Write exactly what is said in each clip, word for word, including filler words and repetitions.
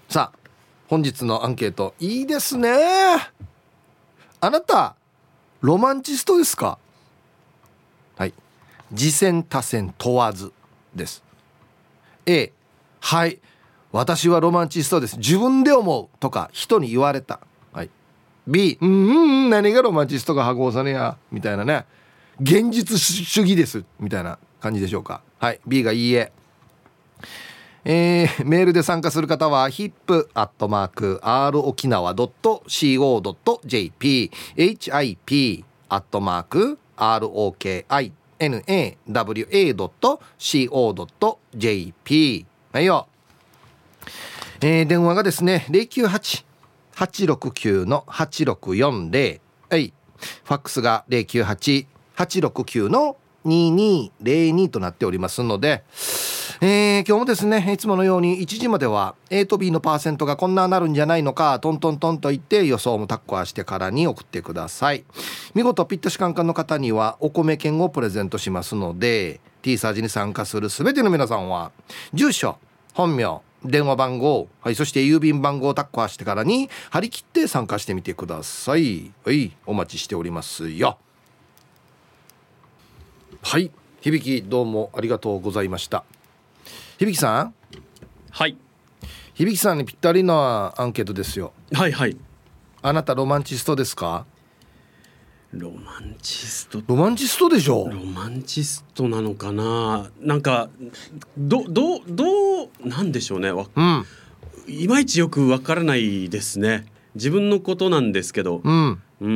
さあ本日のアンケート、いいですね。あなたロマンチストですか？はい、次戦他戦問わずです。 A、 はい、私はロマンチストです、自分で思うとか人に言われた。はい、 B、 うんうんうん何がロマンチストか箱さねやみたいなね、現実主義ですみたいな感じでしょうか。はい、 B がいいえ。えー、メールで参加する方は ヒップ アットマーク アール 沖縄 ドット シーオー ドット ジェーピー ヒップ アットマーク アール オーケーアイエヌエーダブリューエー ドット シーオー ドット ジェーピー。 はいよ。えー、電話がですね ゼロきゅうはち はちろくきゅう はちろくよんゼロ、はい、ファックスが ゼロきゅうはち はちろくきゅう ににゼロにとなっておりますので、えー、今日もですねいつものようにいちじまでは A と B のパーセントがこんななるんじゃないのかトントントンと言って予想もタッコアしてからに送ってください。見事ピッタシカンカンの方にはお米券をプレゼントしますので T サージに参加するすべての皆さんは住所、本名、電話番号、はい、そして郵便番号をタッコアしてからに張り切って参加してみてください。はい、お待ちしておりますよ。はい、響どうもありがとうございました。響さん、 はい、 響さんにぴったりなアンケートですよ。 はいはい。 あなたロマンチストですか？ ロマンチストロマンチストでしょ。 ロマンチストなのかな。なんかどどどうなんでしょうね、うん、いまいちよくわからないですね。自分のことなんですけど、 うんうん、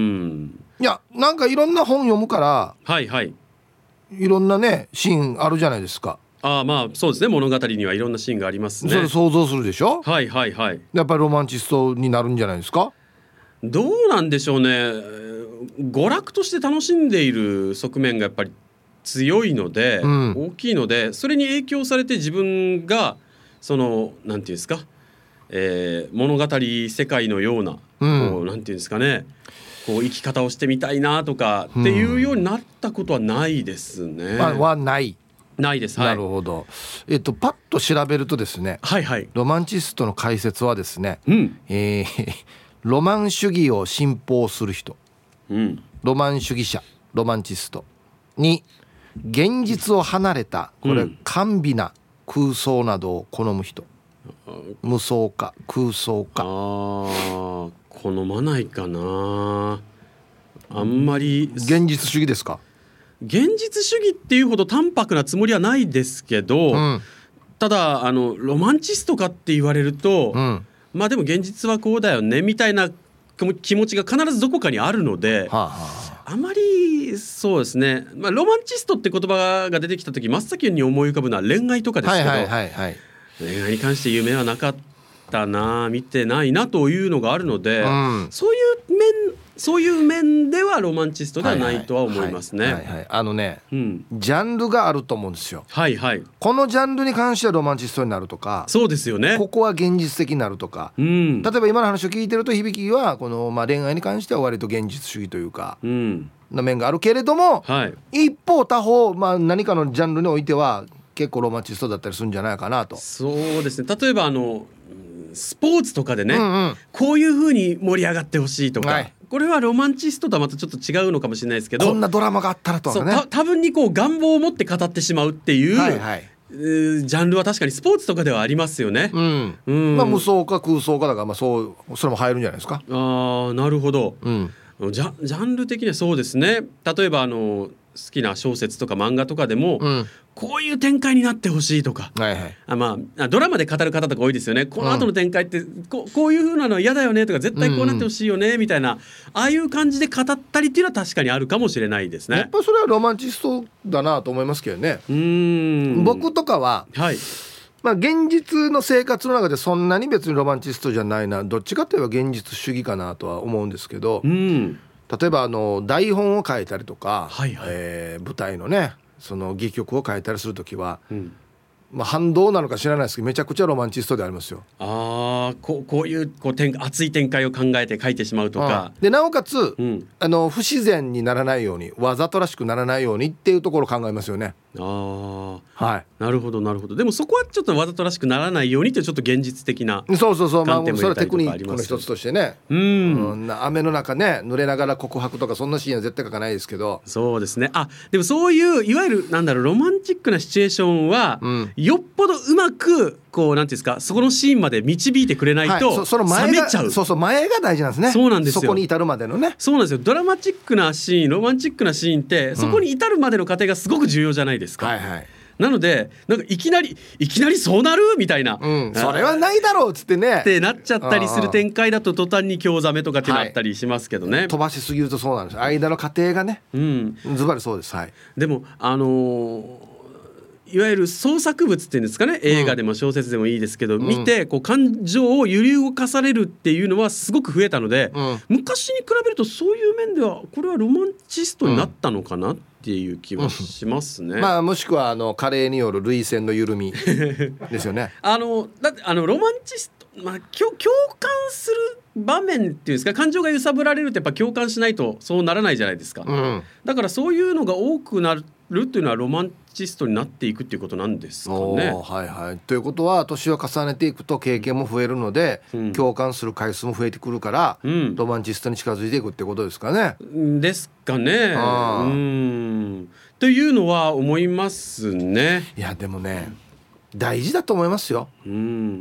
いやなんかいろんな本読むからはいはいいろんなねシーンあるじゃないですか。 ああまあそうですね、物語にはいろんなシーンがありますね。 それ想像するでしょ。 はいはいはい。 やっぱりロマンチストになるんじゃないですか。 どうなんでしょうね。娯楽として楽しんでいる側面がやっぱり強いので、うん、大きいのでそれに影響されて自分がそのなんていうんですか、えー、物語世界のような、うん、こうなんていうんですかね、こう生き方をしてみたいなとかっていうようになったことはないですね。 うん、まあ、はないないです、はい、 なるほど。えっとパッと調べるとですね、 はいはい、 ロマンチストの解説はですね、 うん、 えー、ロマン主義を信奉する人、うん、ロマン主義者ロマンチストに現実を離れたこれ、うん、甘美な空想などを好む人、無双か空想か。あ好まないかな。あんまり現実主義ですか？ 現実主義っていうほど淡白なつもりはないですけど、うん、ただあのロマンチストかって言われると、うん、まあでも現実はこうだよねみたいな気持ちが必ずどこかにあるので、はあはあ、あまりそうですね、まあ、ロマンチストって言葉が出てきた時真っ先に思い浮かぶのは恋愛とかですけど、はいはいはいはい、恋愛に関して夢はなかったな、見てないなというのがあるので、うん、そういう面そういう面ではロマンチストではないとは思いますね。 あのね、うん、ジャンルがあると思うんですよ。 はいはい。 このジャンルに関してはロマンチストになるとか、 そうですよね。 ここは現実的になるとか、うん、例えば今の話を聞いてると響はこの、まあ、恋愛に関しては割と現実主義というか、うん、の面があるけれども、はい、一方他方、まあ、何かのジャンルにおいては結構ロマンチストだったりするんじゃないかなと。 そうですね。例えばあのスポーツとかでね、うんうん、こういう風に盛り上がってほしいとか、はい、これはロマンチストとはまたちょっと違うのかもしれないですけど、 こんなドラマがあったらとかね、 そう多分にこう願望を持って語ってしまうっていう、はいはい、ジャンルは確かにスポーツとかではありますよね。うんうん、まあ、無双か空想かだから、まあ、そうそれも入るんじゃないですか。 あ、なるほど、うん、ジャ、ジャンル的にはそうですね。例えばあの好きな小説とか漫画とかでも、うん、こういう展開になってほしいとか、はいはい、あ、まあ、ドラマで語る方とか多いですよね。この後の展開って、うん、こ, こういう風なのは嫌だよねとか絶対こうなってほしいよねみたいな、うんうん、ああいう感じで語ったりっていうのは確かにあるかもしれないですね。 やっぱそれはロマンチストだなと思いますけどね。うーん、僕とかは、はい、まあ、現実の生活の中でそんなに別にロマンチストじゃないな、どっちかといえば現実主義かなとは思うんですけど、うん、例えばあの台本を書いたりとか、はいはい、えー、舞台のねその戯曲を書いたりするときは、うん、まあ、反動なのか知らないですけどめちゃくちゃロマンチストでありますよ。 あ、こう、こういう、こう展熱い展開を考えて書いてしまうとか、 でなおかつ、うん、あの不自然にならないようにわざとらしくならないようにっていうところを考えますよね。 ああ、 はい、 なるほどなるほど。でもそこはちょっとわざとらしくならないようにってちょっと現実的なそうそうそう、まあ、 観点もそれはテクニ入れたりとかありますよね。 ックの一つとしてね、 うん、 うん、雨の中ね濡れながら告白とかそんなシーンは絶対書かないですけど。 そうですね。あ、でもそういういわゆるなんだろうロマンチックなシチュエーションは、うん、よっぽどうまくこうなんていうんですか、そこのシーンまで導いてくれないと、はい、そ, その前冷めちゃう。 そうそう、前が大事なんですね。 そうなんですよ。 そこに至るまでのね。 そうなんですよ。ドラマチックなシーン、ロマンチックなシーンってそこに至るまでの過程がすごく重要じゃないですか、 はいはい、 なのでなんかいきなりいきなりそうなるみたいな、 うん、それはないだろうっつってねってなっちゃったりする展開だと途端に興ざめとかってなったりしますけどね、 はい、飛ばしすぎるとそうなんです。間の過程がね、うん、ズバリそうです、はい、 でもあのーいわゆる創作物っていうんですかね、映画でも小説でもいいですけど、うん、見てこう感情を揺り動かされるっていうのはすごく増えたので、うん、昔に比べるとそういう面ではこれはロマンチストになったのかなっていう気はしますね、 うん、まあ、もしくはあの加齢による涙腺の緩みですよねあのだってあのロマンチスト、まあ、共感する場面っていうんですか、感情が揺さぶられるってやっぱ共感しないとそうならないじゃないですか、うん、だからそういうのが多くなるっていうのはロマンチストになっていくっていうことなんですかね。 はいはい、ということは年を重ねていくと経験も増えるので、うん、共感する回数も増えてくるから、うん、ロマンチストに近づいていくってことですかね。 ですかね。うん、というのは思いますね。 いやでもね大事だと思いますよ、うん、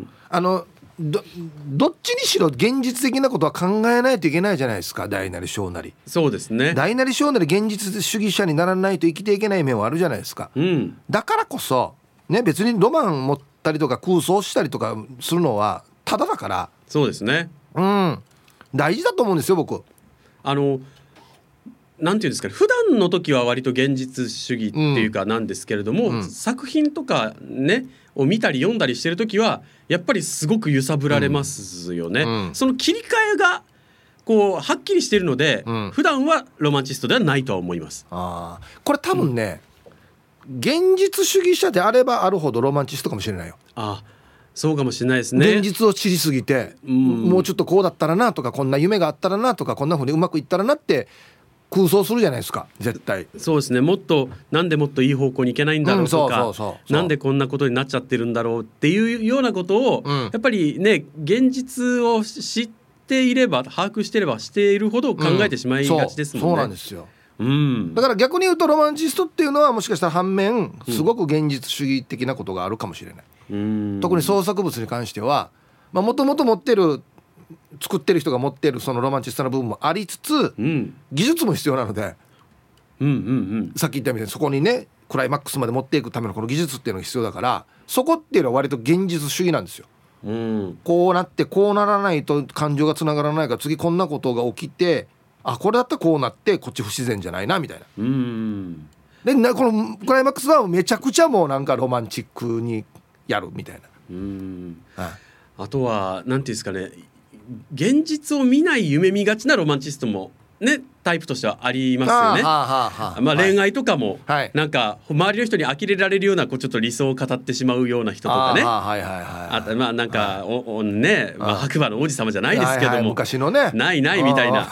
あの ど, どっちにしろ現実的なことは考えないといけないじゃないですか。大なり小なり。 そうですね。 大なり小なり現実主義者にならないと生きていけない面はあるじゃないですか、うん、だからこそ、ね、別にロマン持ったりとか空想したりとかするのはただだから。 そうですね、 うん、大事だと思うんですよ僕。 あのなんていうんですかね、普段の時は割と現実主義っていうかなんですけれども、うん、作品とかねを見たり読んだりしてる時はやっぱりすごく揺さぶられますよね、うんうん、その切り替えがこうはっきりしているので、うん、普段はロマンチストではないとは思います。 あ、これ多分ね、うん、現実主義者であればあるほどロマンチストかもしれないよ。 あ、そうかもしれないですね。 現実を知りすぎて、うん、もうちょっとこうだったらなとか、こんな夢があったらなとか、こんな風にうまくいったらなって空想するじゃないですか絶対。 そうですね。もっとなんでもっといい方向に行けないんだろうとか、なんでこんなことになっちゃってるんだろうっていうようなことを、うん、やっぱりね現実を知っていれば把握していればしているほど考えてしまいがちですもんね、 うん、そう、そうなんですよ、 うん、 だから逆に言うとロマンチストっていうのはもしかしたら反面すごく現実主義的なことがあるかもしれない、うん、特に創作物に関してはもともと持ってる作ってる人が持ってるそのロマンチストな部分もありつつ、うん、技術も必要なので、うんうんうん、さっき言ったみたいにそこにねクライマックスまで持っていくためのこの技術っていうのが必要だから、そこっていうのは割と現実主義なんですよ、うん、こうなってこうならないと感情がつながらないから次こんなことが起きて、あこれだったらこうなってこっち不自然じゃないなみたいな、うん、でなこのクライマックスはめちゃくちゃもうなんかロマンチックにやるみたいな、うん、 はい、あとはなんていうんですかね、現実を見ない夢見がちなロマンチストもねタイプとしてはありますよね。はあはあはあ、まあ、恋愛とかも、はい、なんか周りの人に呆れられるようなこうちょっと理想を語ってしまうような人とかね、あとまあなんか、はい、おおね、まあ、白馬の王子様じゃないですけども、はいはい、 昔のねないないみたいな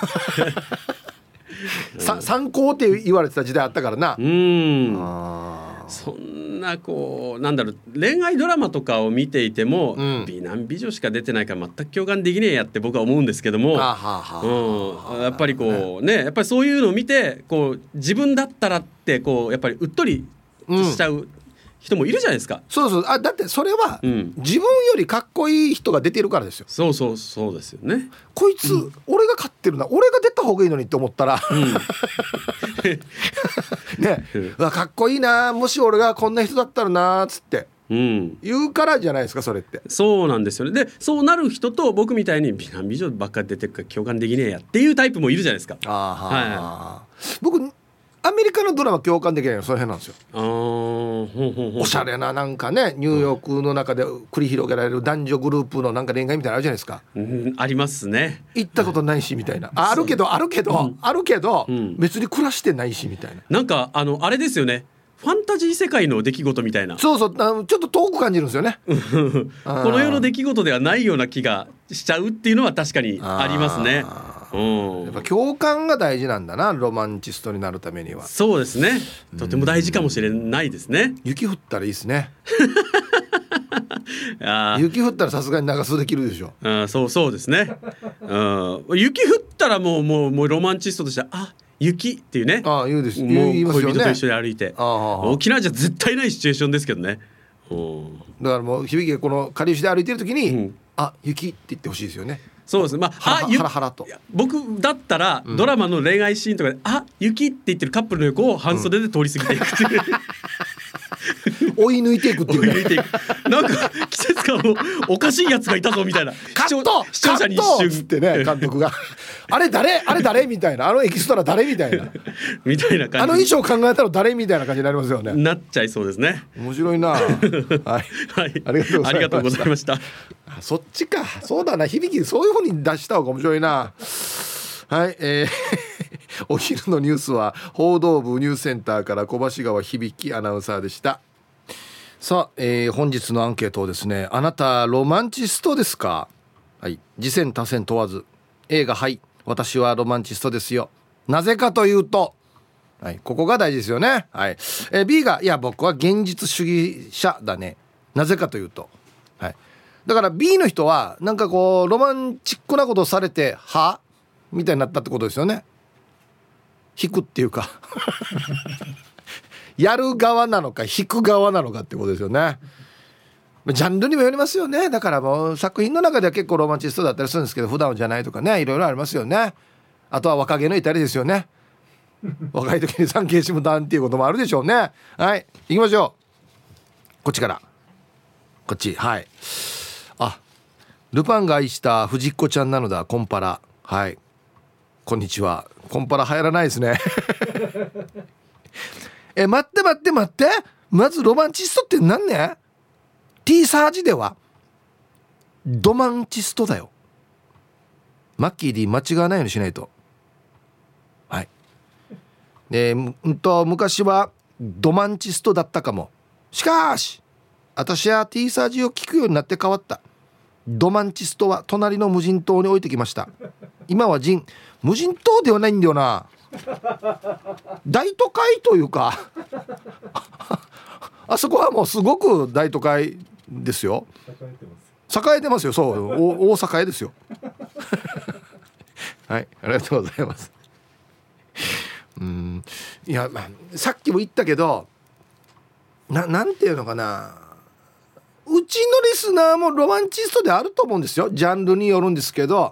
さ参考って言われてた時代あったからな。うーん、あそんなこうなんだろう恋愛ドラマとかを見ていても、うん、美男美女しか出てないから全く共感できねえやって僕は思うんですけども、はあはあ、うん、やっぱりこうねやっぱりそういうのを見てこう自分だったらってこうやっぱりうっとりしちゃう人もいるじゃないですか、うん、 そうそう、あだってそれは、うん、自分よりかっこいい人が出てるからですよ。 そうそうそうですよね。 こいつ、うん、俺が勝ってるな、俺が出た方がいいのにって思ったら、うんね、うわかっこいいな、もし俺がこんな人だったらなつってうん、言うからじゃないですかそれって。 そうなんですよね。でそうなる人と僕みたいに美男美女ばっかり出てるから共感できねえやっていうタイプもいるじゃないですか。あ、 はい、僕アメリカのドラマ共感できないのその辺なんですよ。あほうほうほう、おしゃれななんかねニューヨークの中で繰り広げられる男女グループのなんか恋愛みたいなのあるじゃないですか、 うん、ありますね。 行ったことないしみたいな、あるけどあるけど、うん、あるけど、うん、別に暮らしてないしみたいな、 なんかあのあれですよね、ファンタジー世界の出来事みたいな。 そうそう、あのちょっと遠く感じるんですよねこの世の出来事ではないような気がしちゃうっていうのは確かにありますね。 あ、うん、やっぱ共感が大事なんだな、ロマンチストになるためには。 そうですね、とても大事かもしれないですね。 雪降ったらいいですねあ、雪降ったらさすがに長袖着るでしょ。 あ、そうそうですね、うん、雪降ったらもうもうもうロマンチストとしてあ雪っていうね、 ああ言うです、 もう言いますよね、 恋人と一緒に歩いて。ああ、沖縄じゃ絶対ないシチュエーションですけどね。 だからもう響がこのかりゆしで歩いてる時に、うん、あ雪って言ってほしいですよね。 そうですね、まあ、 ハラハラハラと僕だったら、うん、ドラマの恋愛シーンとかであ雪って言ってるカップルの横を半袖で通り過ぎていくっていう、 うん、追い抜いていくっていう、ね、 追い抜いていくなんか季節感もおかしいやつがいたぞみたいな、 カット視聴者に一瞬つってね、監督があれ誰あれ誰みたいな、あのエキストラ誰みたいなみたいな感じ、 あの衣装考えたら誰みたいな感じになりますよね。 なっちゃいそうですね。 面白いなはい、はい、ありがとうございました。そっちか、そうだな、響きそういう風に出した方が面白いな。はい、えー、お昼のニュースは報道部ニュースセンターから小橋川響アナウンサーでした。さあ、えー、本日のアンケートをですね、あなたロマンチストですか。はい、次戦多戦問わず A がはい、私はロマンチストですよ、なぜかというと、はい、ここが大事ですよね。はい、えー、B がいや僕は現実主義者だね、なぜかというと、はい、だから B の人はなんかこうロマンチックなことをされてはみたいになったってことですよね。引くっていうかやる側なのか引く側なのかってことですよね。ジャンルにもよりますよね。だからもう作品の中では結構ロマンチストだったりするんですけど、普段じゃないとかね、いろいろありますよね。あとは若気の至りですよね若い時に産経新聞団っていうこともあるでしょうね。はい、行きましょう。こっちからこっち、はい、あ、ルパンが愛した藤子ちゃんなのだ、コンパラ。はい、こんにちは。コンパラ流行らないですねえ、待って待って待って、まずロマンチストって何ね。 T サージではドマンチストだよ。マッキー D 間違わないようにしないと。はい、で、うんと昔はドマンチストだったかも。しかし私は T サージを聞くようになって変わった。ドマンチストは隣の無人島に置いてきました。今は人無人島ではないんだよな、大都会というかあそこはもうすごく大都会ですよ。栄えてますよ。そう大阪ですよはい、ありがとうございます。うん、いや、まあ、さっきも言ったけど な, なんていうのかな、うちのリスナーもロマンチストであると思うんですよ。ジャンルによるんですけど、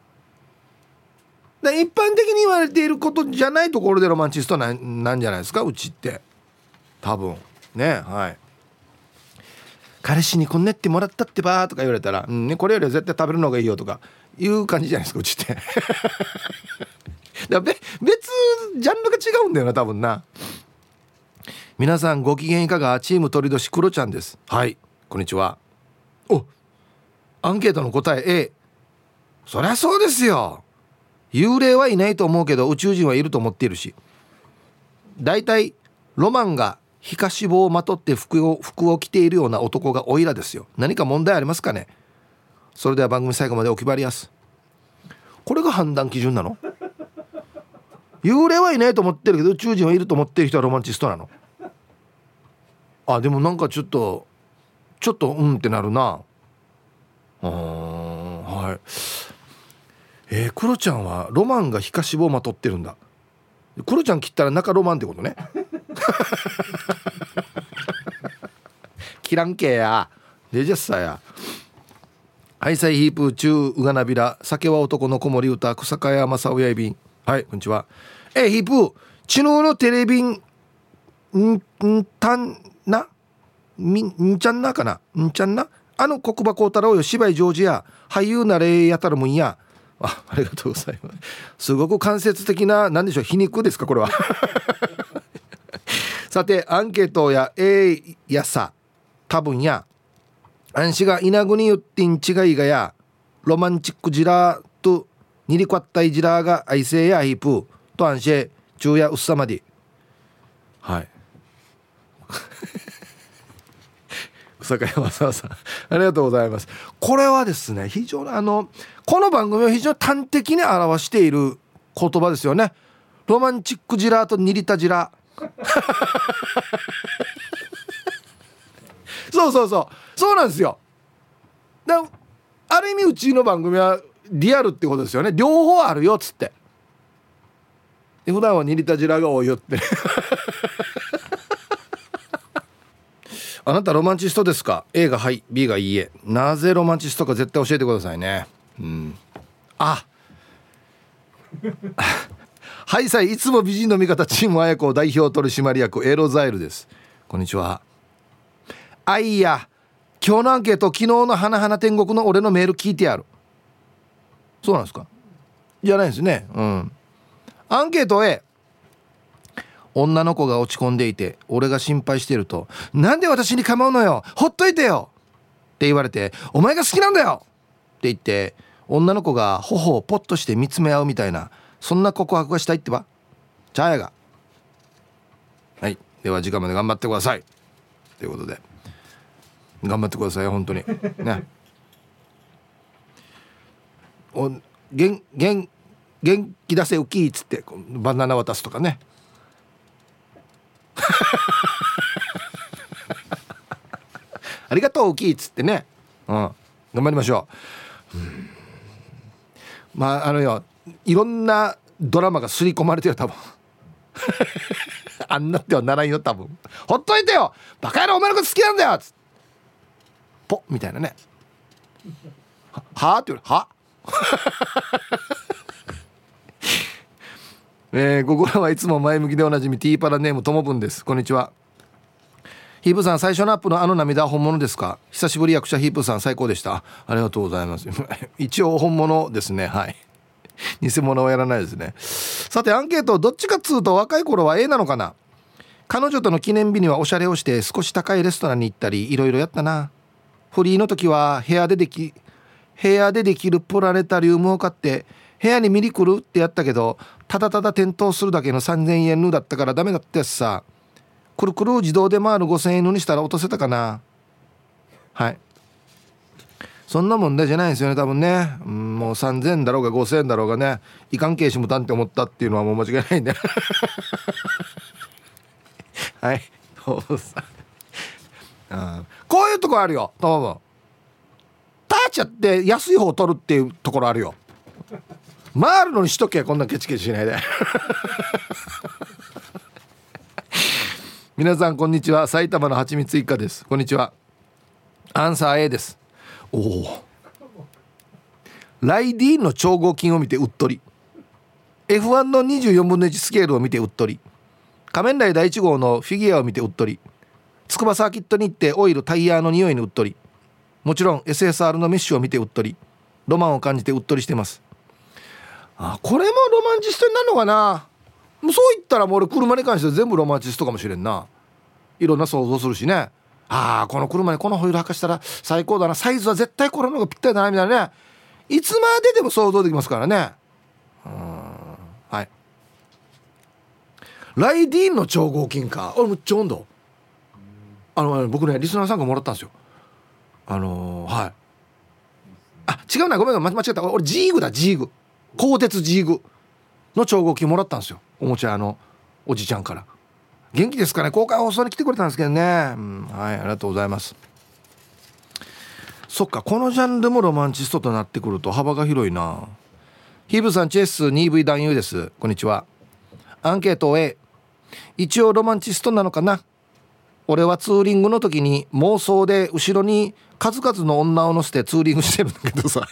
一般的に言われていることじゃないところでロマンチスト な, なんじゃないですか、うちって多分ね。はい、彼氏にこんなってもらったってばとか言われたら、うんね、これよりは絶対食べるのがいいよとかいう感じじゃないですか、うちってだ別ジャンルが違うんだよな多分な。皆さんご機嫌いかが。チーム鳥年クロちゃんです。はい、こんにちは。お、アンケートの答え A。 そりゃそうですよ、幽霊はいないと思うけど宇宙人はいると思っているし、だいたいロマンが皮下脂肪をまとって服を服を着ているような男がオイラですよ。何か問題ありますかね。それでは番組最後までお決まりやす。これが判断基準なの。幽霊はいないと思ってるけど宇宙人はいると思ってる人はロマンチストなの。あ、でもなんかちょっとちょっとうんってなるな。あー、はい。えー、クロちゃんはロマンが皮下脂肪をまとってるんだ。クロちゃん切ったら中ロマンってことね切らんけやでじゃっさや。ハイサイヒープ中うがなびら酒は男の子守歌草加山正親便。はい、こんにちは。えー、ヒープ知能のテレビんんたんなみんちゃんなかなんちゃんなあの国馬光太郎よ芝居ジョージや俳優なれやたるもんや。あ、ありがとうございます。すごく間接的な、なんでしょう、皮肉ですかこれはさてアンケートや A やさ多分やあんしが稲国言ってん違いがやロマンチックジラーとにりこったいジラーが愛せやヒープとあんし中やうっさまで。はい坂山沢さんありがとうございます。これはですね非常にあのこの番組を非常に端的に表している言葉ですよね。ロマンチックジラーとニリタジラそうそうそうそうなんですよ。だある意味うちの番組はリアルってことですよね。両方あるよっつって。で普段はニリタジラが多いよってあなたロマンチストですか？ A がはい B がいいえ。なぜロマンチストか絶対教えてくださいね。うんあはいさいいつも美人の味方チームあやこ代表取締役エロザイルです。こんにちは。あいや今日のアンケート昨日の花々天国の俺のメール聞いてやる。そうなんですか？じゃないですね。うんアンケート A、 女の子が落ち込んでいて俺が心配しているとなんで私に構うのよほっといてよって言われてお前が好きなんだよって言って女の子が頬をポッとして見つめ合うみたいなそんな告白がしたいってばチャーヤが。はいでは時間まで頑張ってくださいということで頑張ってくださいよ本当にねお元元元気出せウキーっつってバナナ渡すとかねありがとうウキーっつってね、うん、頑張りましょう、うん、まああのよいろんなドラマが刷り込まれてる多分あんなってはならんよ多分。ほっといてよバカ野郎お前のこと好きなんだよっつってポッみたいなねははって言うはえー、午後はいつも前向きでおなじみティーパラネームともぶんです。こんにちは。ヒープさん最初のアップのあの涙は本物ですか？久しぶり役者ヒープさん最高でした。ありがとうございます一応本物ですね。はい偽物はやらないですね。さてアンケートどっちかっつうと若い頃は A なのかな。彼女との記念日にはおしゃれをして少し高いレストランに行ったりいろいろやったな。フリーの時は部屋ででき部屋でできるプラネタリウムを買って部屋に見に来るってやったけどただただ点灯するだけのさんぜんえんぬだったからダメだったやつさ。くるくる自動で回るごせんえんぬにしたら落とせたかな。はいそんな問題じゃないですよね多分ね、うん、もうさんぜんえんだろうがごせんえんだろうがねいかんけいしむたんって思ったっていうのはもう間違いないんではいそうさあこういうとこあるよ多分ターチャって安い方取るっていうところあるよ。回るのにしとけこんなケチケチしないで皆さんこんにちは。埼玉のはちみつ一家です。こんにちは。アンサー A です。おおライディーンの超合金を見てうっとり エフワン のにじゅうよんぶんのいちスケールを見てうっとり仮面ライダーいち号のフィギュアを見てうっとり筑波サーキットに行ってオイルタイヤの匂いにうっとりもちろん エスエスアール のメッシュを見てうっとりロマンを感じてうっとりしてます。あこれもロマンチストになるのかな。もうそう言ったらもう俺車に関しては全部ロマンチストかもしれんな。いろんな想像するしね。ああこの車にこのホイール履かしたら最高だなサイズは絶対これの方がぴったりだなみたいなねいつまででも想像できますからね。うーんはいライディーンの超合金か俺むっちゃ温度あの僕ねリスナーさんがもらったんですよ。あのー、はいあ違うなごめん間違った俺ジーグだジーグ鋼鉄ジーグの超合金もらったんですよおもちゃのおじちゃんから。元気ですかね公開放送に来てくれたんですけどね、うん、はいありがとうございます。そっかこのジャンルもロマンチストとなってくると幅が広いな。ヒブさんチェス にブイ 男優です。こんにちは。アンケート A 一応ロマンチストなのかな。俺はツーリングの時に妄想で後ろに数々の女を乗せてツーリングしてるんだけどさ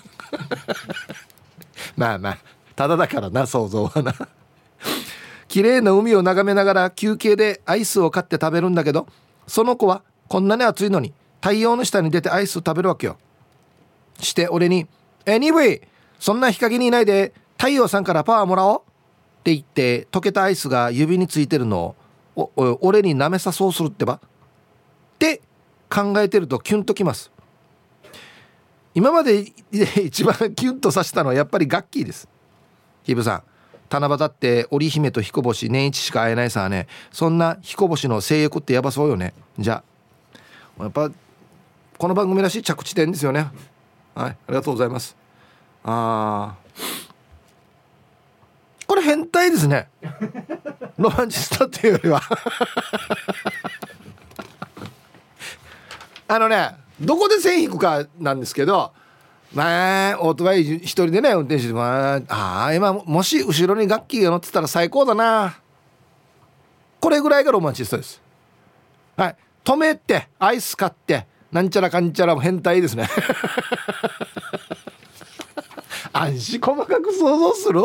まあまあただだからな想像はな綺麗な海を眺めながら休憩でアイスを買って食べるんだけどその子はこんなに暑いのに太陽の下に出てアイスを食べるわけよ。して俺にえにブイそんな日陰にいないで太陽さんからパワーもらおうって言って溶けたアイスが指についてるのをおお俺に舐めさそうするってばって考えてるとキュンときます。今まで一番キュンとさせたのはやっぱりガッキーです。ヒブさん七夕って織姫と彦星年一しか会えないさね。そんな彦星の性欲ってやばそうよね。じゃあやっぱこの番組らしい着地点ですよね。はい、ありがとうございます。あー、これ変態ですねロマンチストっていうよりはあのね、どこで線引くかなんですけど、まあオートバイ一人でね運転してて、まあ、あー今もし後ろにガッキーが乗ってたら最高だな、これぐらいがロマンチストです。はい、止めてアイス買ってなんちゃらかんちゃらも変態ですね安心細かく想像する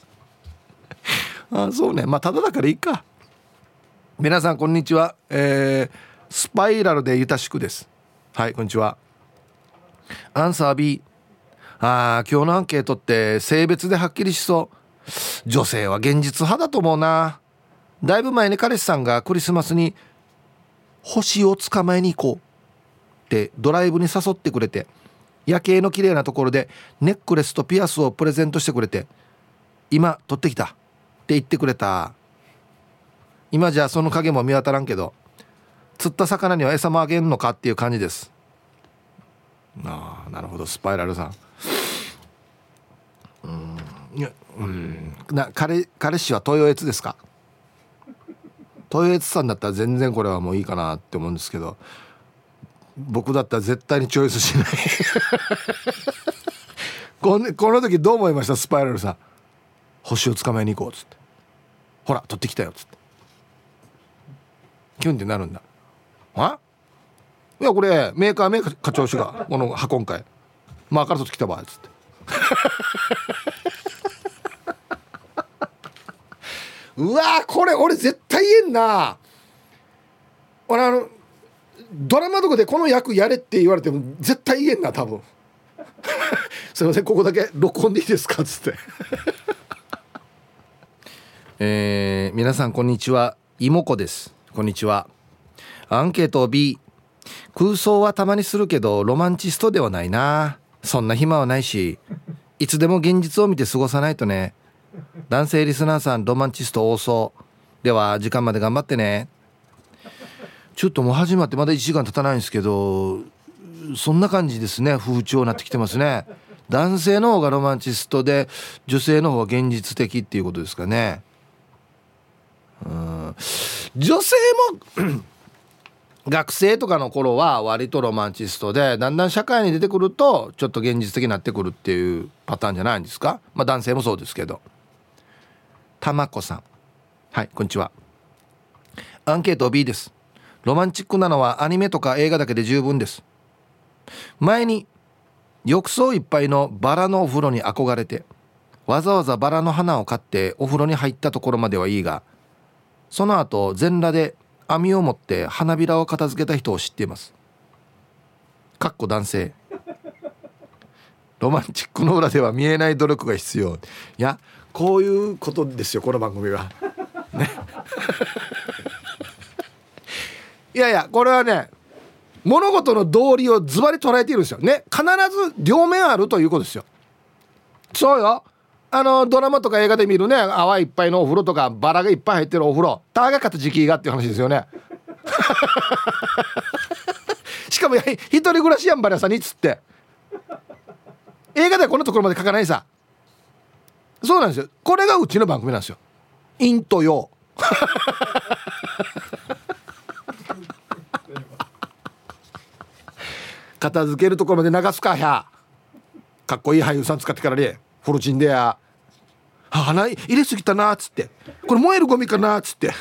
あ、そうね、まあただだからいいか。皆さんこんにちは、えー、スパイラルでゆたしくです。はい、こんにちは。アンサー B。 あー、今日のアンケートって性別ではっきりしそう。女性は現実派だと思うな。だいぶ前に彼氏さんがクリスマスに星を捕まえに行こうってドライブに誘ってくれて、夜景の綺麗なところでネックレスとピアスをプレゼントしてくれて、今取ってきたって言ってくれた。今じゃその影も見当たらんけど、釣った魚には餌もあげんのかっていう感じです。ああ、なるほど、スパイラルさん。うーん、いや、うーんな、彼彼氏は豊悦ですか？豊悦さんだったら全然これはもういいかなって思うんですけど、僕だったら絶対にチョイスしないこの、この時どう思いました？スパイラルさん。星を捕まえに行こうっつって、ほら取ってきたよっつってキュンってなるんだ。あ、いやこれメーカーメーカー課長氏がこの箱んかいまあから取ってきたばっつってうわー、これ俺絶対言えんな。俺あのドラマとかでこの役やれって言われても絶対言えんな多分すいません、ここだけ録音でいいですかっつってえー、皆さんこんにちは、いもこです。こんにちは。アンケート B。 空想はたまにするけどロマンチストではないな。そんな暇はないし、いつでも現実を見て過ごさないとね。男性リスナーさんロマンチスト多そうでは時間まで頑張ってね。ちょっともう始まってまだいちじかん経たないんですけど、そんな感じですね。風潮になってきてますね。男性の方がロマンチストで女性の方が現実的っていうことですかね。うん、女性も学生とかの頃は割とロマンチストで、だんだん社会に出てくるとちょっと現実的になってくるっていうパターンじゃないんですか。まあ男性もそうですけど。たまこさん、はい、こんにちは。アンケート B です。ロマンチックなのはアニメとか映画だけで十分です。前に浴槽いっぱいのバラのお風呂に憧れて、わざわざバラの花を買ってお風呂に入ったところまではいいが、その後全裸で網を持って花びらを片付けた人を知っています。かっこ男性。ロマンチックの裏では見えない努力が必要。いや、こういうことですよ、この番組はねいやいや、これはね、物事の道理をズバリ捉えているんですよね。必ず両面あるということですよ。そうよ、あのドラマとか映画で見るね、泡いっぱいのお風呂とかバラがいっぱい入ってるお風呂、たがかった時期がっていう話ですよねしかも一人暮らしやんばりゃさにっつって、映画ではこんなところまで書かないさ。そうなんですよ、これがうちの番組なんですよ。陰と陽片付けるところまで流すか。やかっこいい俳優さん使ってからね、フォルチンでや、花入れすぎたなっつって、これ燃えるゴミかなっつって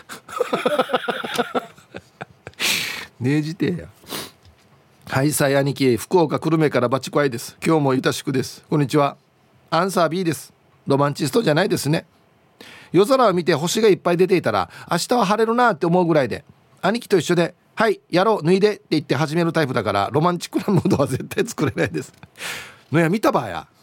ねえじてや。はい、さい兄貴、福岡久留米からバチコアイです。今日もゆたしくです。こんにちは。アンサー B です。ロマンチストじゃないですね。夜空を見て星がいっぱい出ていたら明日は晴れるなって思うぐらいで、兄貴と一緒ではいやろう脱いでって言って始めるタイプだから、ロマンチックなムードは絶対作れないですのや見たばや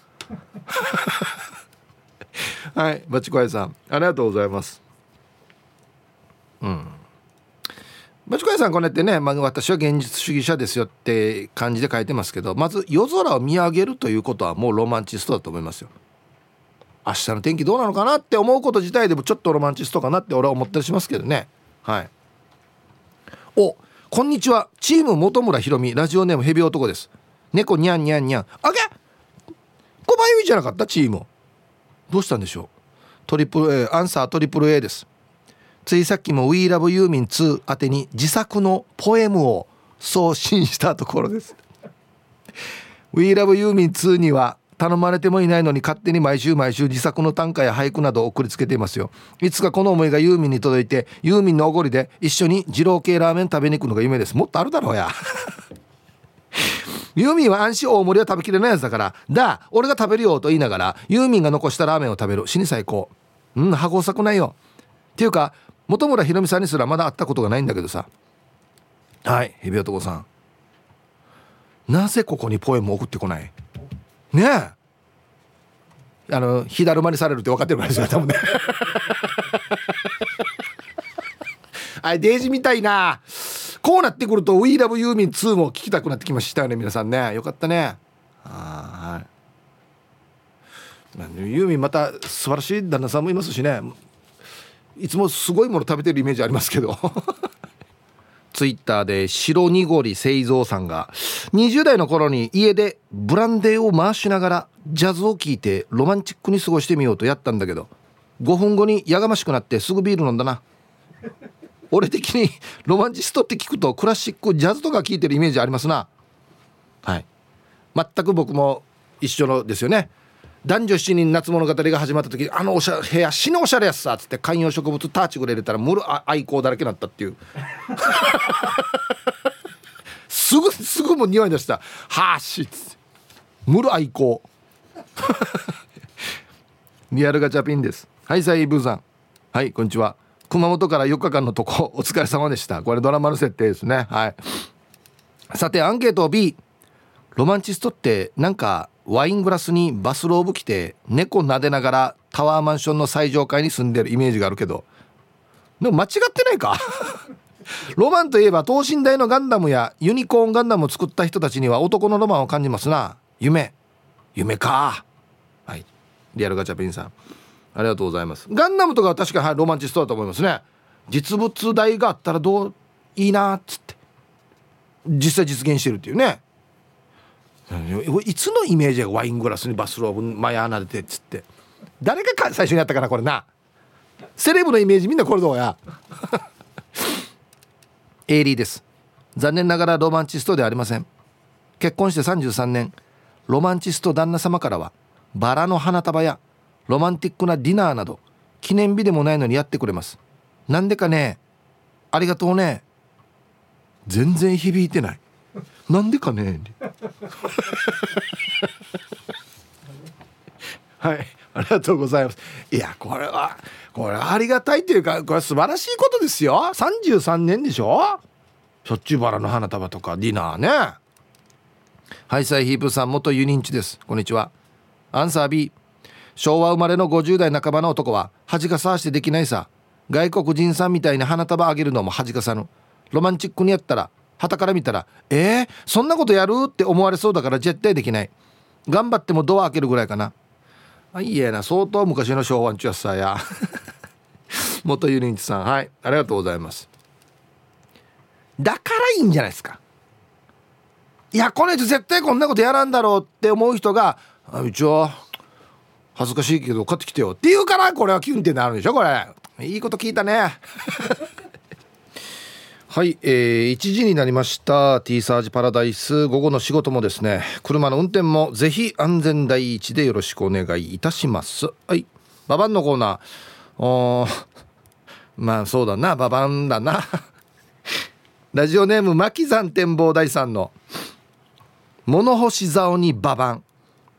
はい、バチコアイさんありがとうございます。うん、バチコアイさんこうやってね、まあ、私は現実主義者ですよって感じで書いてますけど、まず夜空を見上げるということはもうロマンチストだと思いますよ。明日の天気どうなのかなって思うこと自体でもちょっとロマンチストかなって俺は思ったりしますけどね。はい。お、 こんにちは、チーム本村ひろみ、ラジオネームヘビ男です。猫ニャンニャンニャン。あげ小林じゃなかったチーム。どうしたんでしょう。トリプル A、アンサートリプル A です。ついさっきも We Love ユーミンツー宛てに自作のポエムを送信したところです。We Love ユーミンツーには頼まれてもいないのに勝手に毎週毎週自作の短歌や俳句などを送りつけていますよ。いつかこの思いがユーミンに届いて、ユーミンのおごりで一緒に二郎系ラーメン食べに行くのが夢です。もっとあるだろうや。ユーミンは安心大盛りは食べきれないやつだから、だ俺が食べるよと言いながらユーミンが残したラーメンを食べる。死に最高。うん歯ごさくないよっていうか、本村ひろみさんにすらまだ会ったことがないんだけどさ。はい、ヘビ男さん、なぜここにポエムを送ってこないねえ。あの火だるまにされるって分かってるからですよ多分ね。あれデイジみたいな。こうなってくると We Love ユーミンツーも聞きたくなってきましたよね皆さんね。よかったね。はい、ユーミンまた素晴らしい旦那さんもいますしね。いつもすごいもの食べてるイメージありますけど。ツイッターで白濁り製造さんがにじゅう代の頃に家でブランデーを回しながらジャズを聴いてロマンチックに過ごしてみようとやったんだけど、ごふんごにやがましくなってすぐビール飲んだな。俺的にロマンチストって聞くとクラシックジャズとか聴いてるイメージありますな。はい、全く僕も一緒のですよね。男女しちにん夏物語が始まった時、あのおしゃ部屋死のおしゃれやつさつって観葉植物ターチぐらい入れたらムル愛好だらけになったっていう。すぐすぐも匂い出した。はーしっつってムル愛好。リアルガチャピンです。はいサイブーさん、はいこんにちは。熊本からよっかかんのとこお疲れ様でした。これドラマの設定ですね。はい、さてアンケート B、 ロマンチストってなんかワイングラスにバスローブ着て猫撫でながらタワーマンションの最上階に住んでるイメージがあるけど、でも間違ってないか。ロマンといえば等身大のガンダムやユニコーンガンダムを作った人たちには男のロマンを感じますな。夢夢か。はい、リアルガチャピンさんありがとうございます。ガンダムとかは確かに、はい、ロマンチストだと思いますね。実物大があったらどういいなっつって実際実現してるっていうね。いつのイメージがワイングラスにバスローブ前穴出てっつって、誰が最初にやったかなこれな。セレブのイメージみんなこれどうや。エイリーです。残念ながらロマンチストではありません。結婚してさんじゅうさんねん、ロマンチスト旦那様からはバラの花束やロマンティックなディナーなど記念日でもないのにやってくれます。なんでかね。ありがとうね。全然響いてない。なんでかね。はい、ありがとうございます。いやこれはこれはありがたいというか、これは素晴らしいことですよ。さんじゅうさんねんでしょ。しょっちゅうバラの花束とかディナーね。ハイサイヒープさん元ユニンチです。こんにちは。アンサー B、 昭和生まれのごじゅう代半ばの男は恥かさしてできないさ。外国人さんみたいに花束あげるのも恥かさぬ。ロマンチックにやったら旗から見たらえー、そんなことやるって思われそうだから絶対できない。頑張ってもドア開けるぐらいかな。あ、いいえな、相当昔の昭和んちゅやさや。元ユニンチさん、はいありがとうございます。だからいいんじゃないですか。いやこの人絶対こんなことやらんだろうって思う人が、あ一応恥ずかしいけど買ってきてよって言うから、これはキュンってなるんでしょ。これいいこと聞いたね。はい、えー、いちじになりました。 T サージパラダイス、午後の仕事もですね、車の運転もぜひ安全第一でよろしくお願いいたします。はい、ババンのコーナー。おまあそうだな、ババンだな。ラジオネーム牧山展望台さんの物干し竿にババン。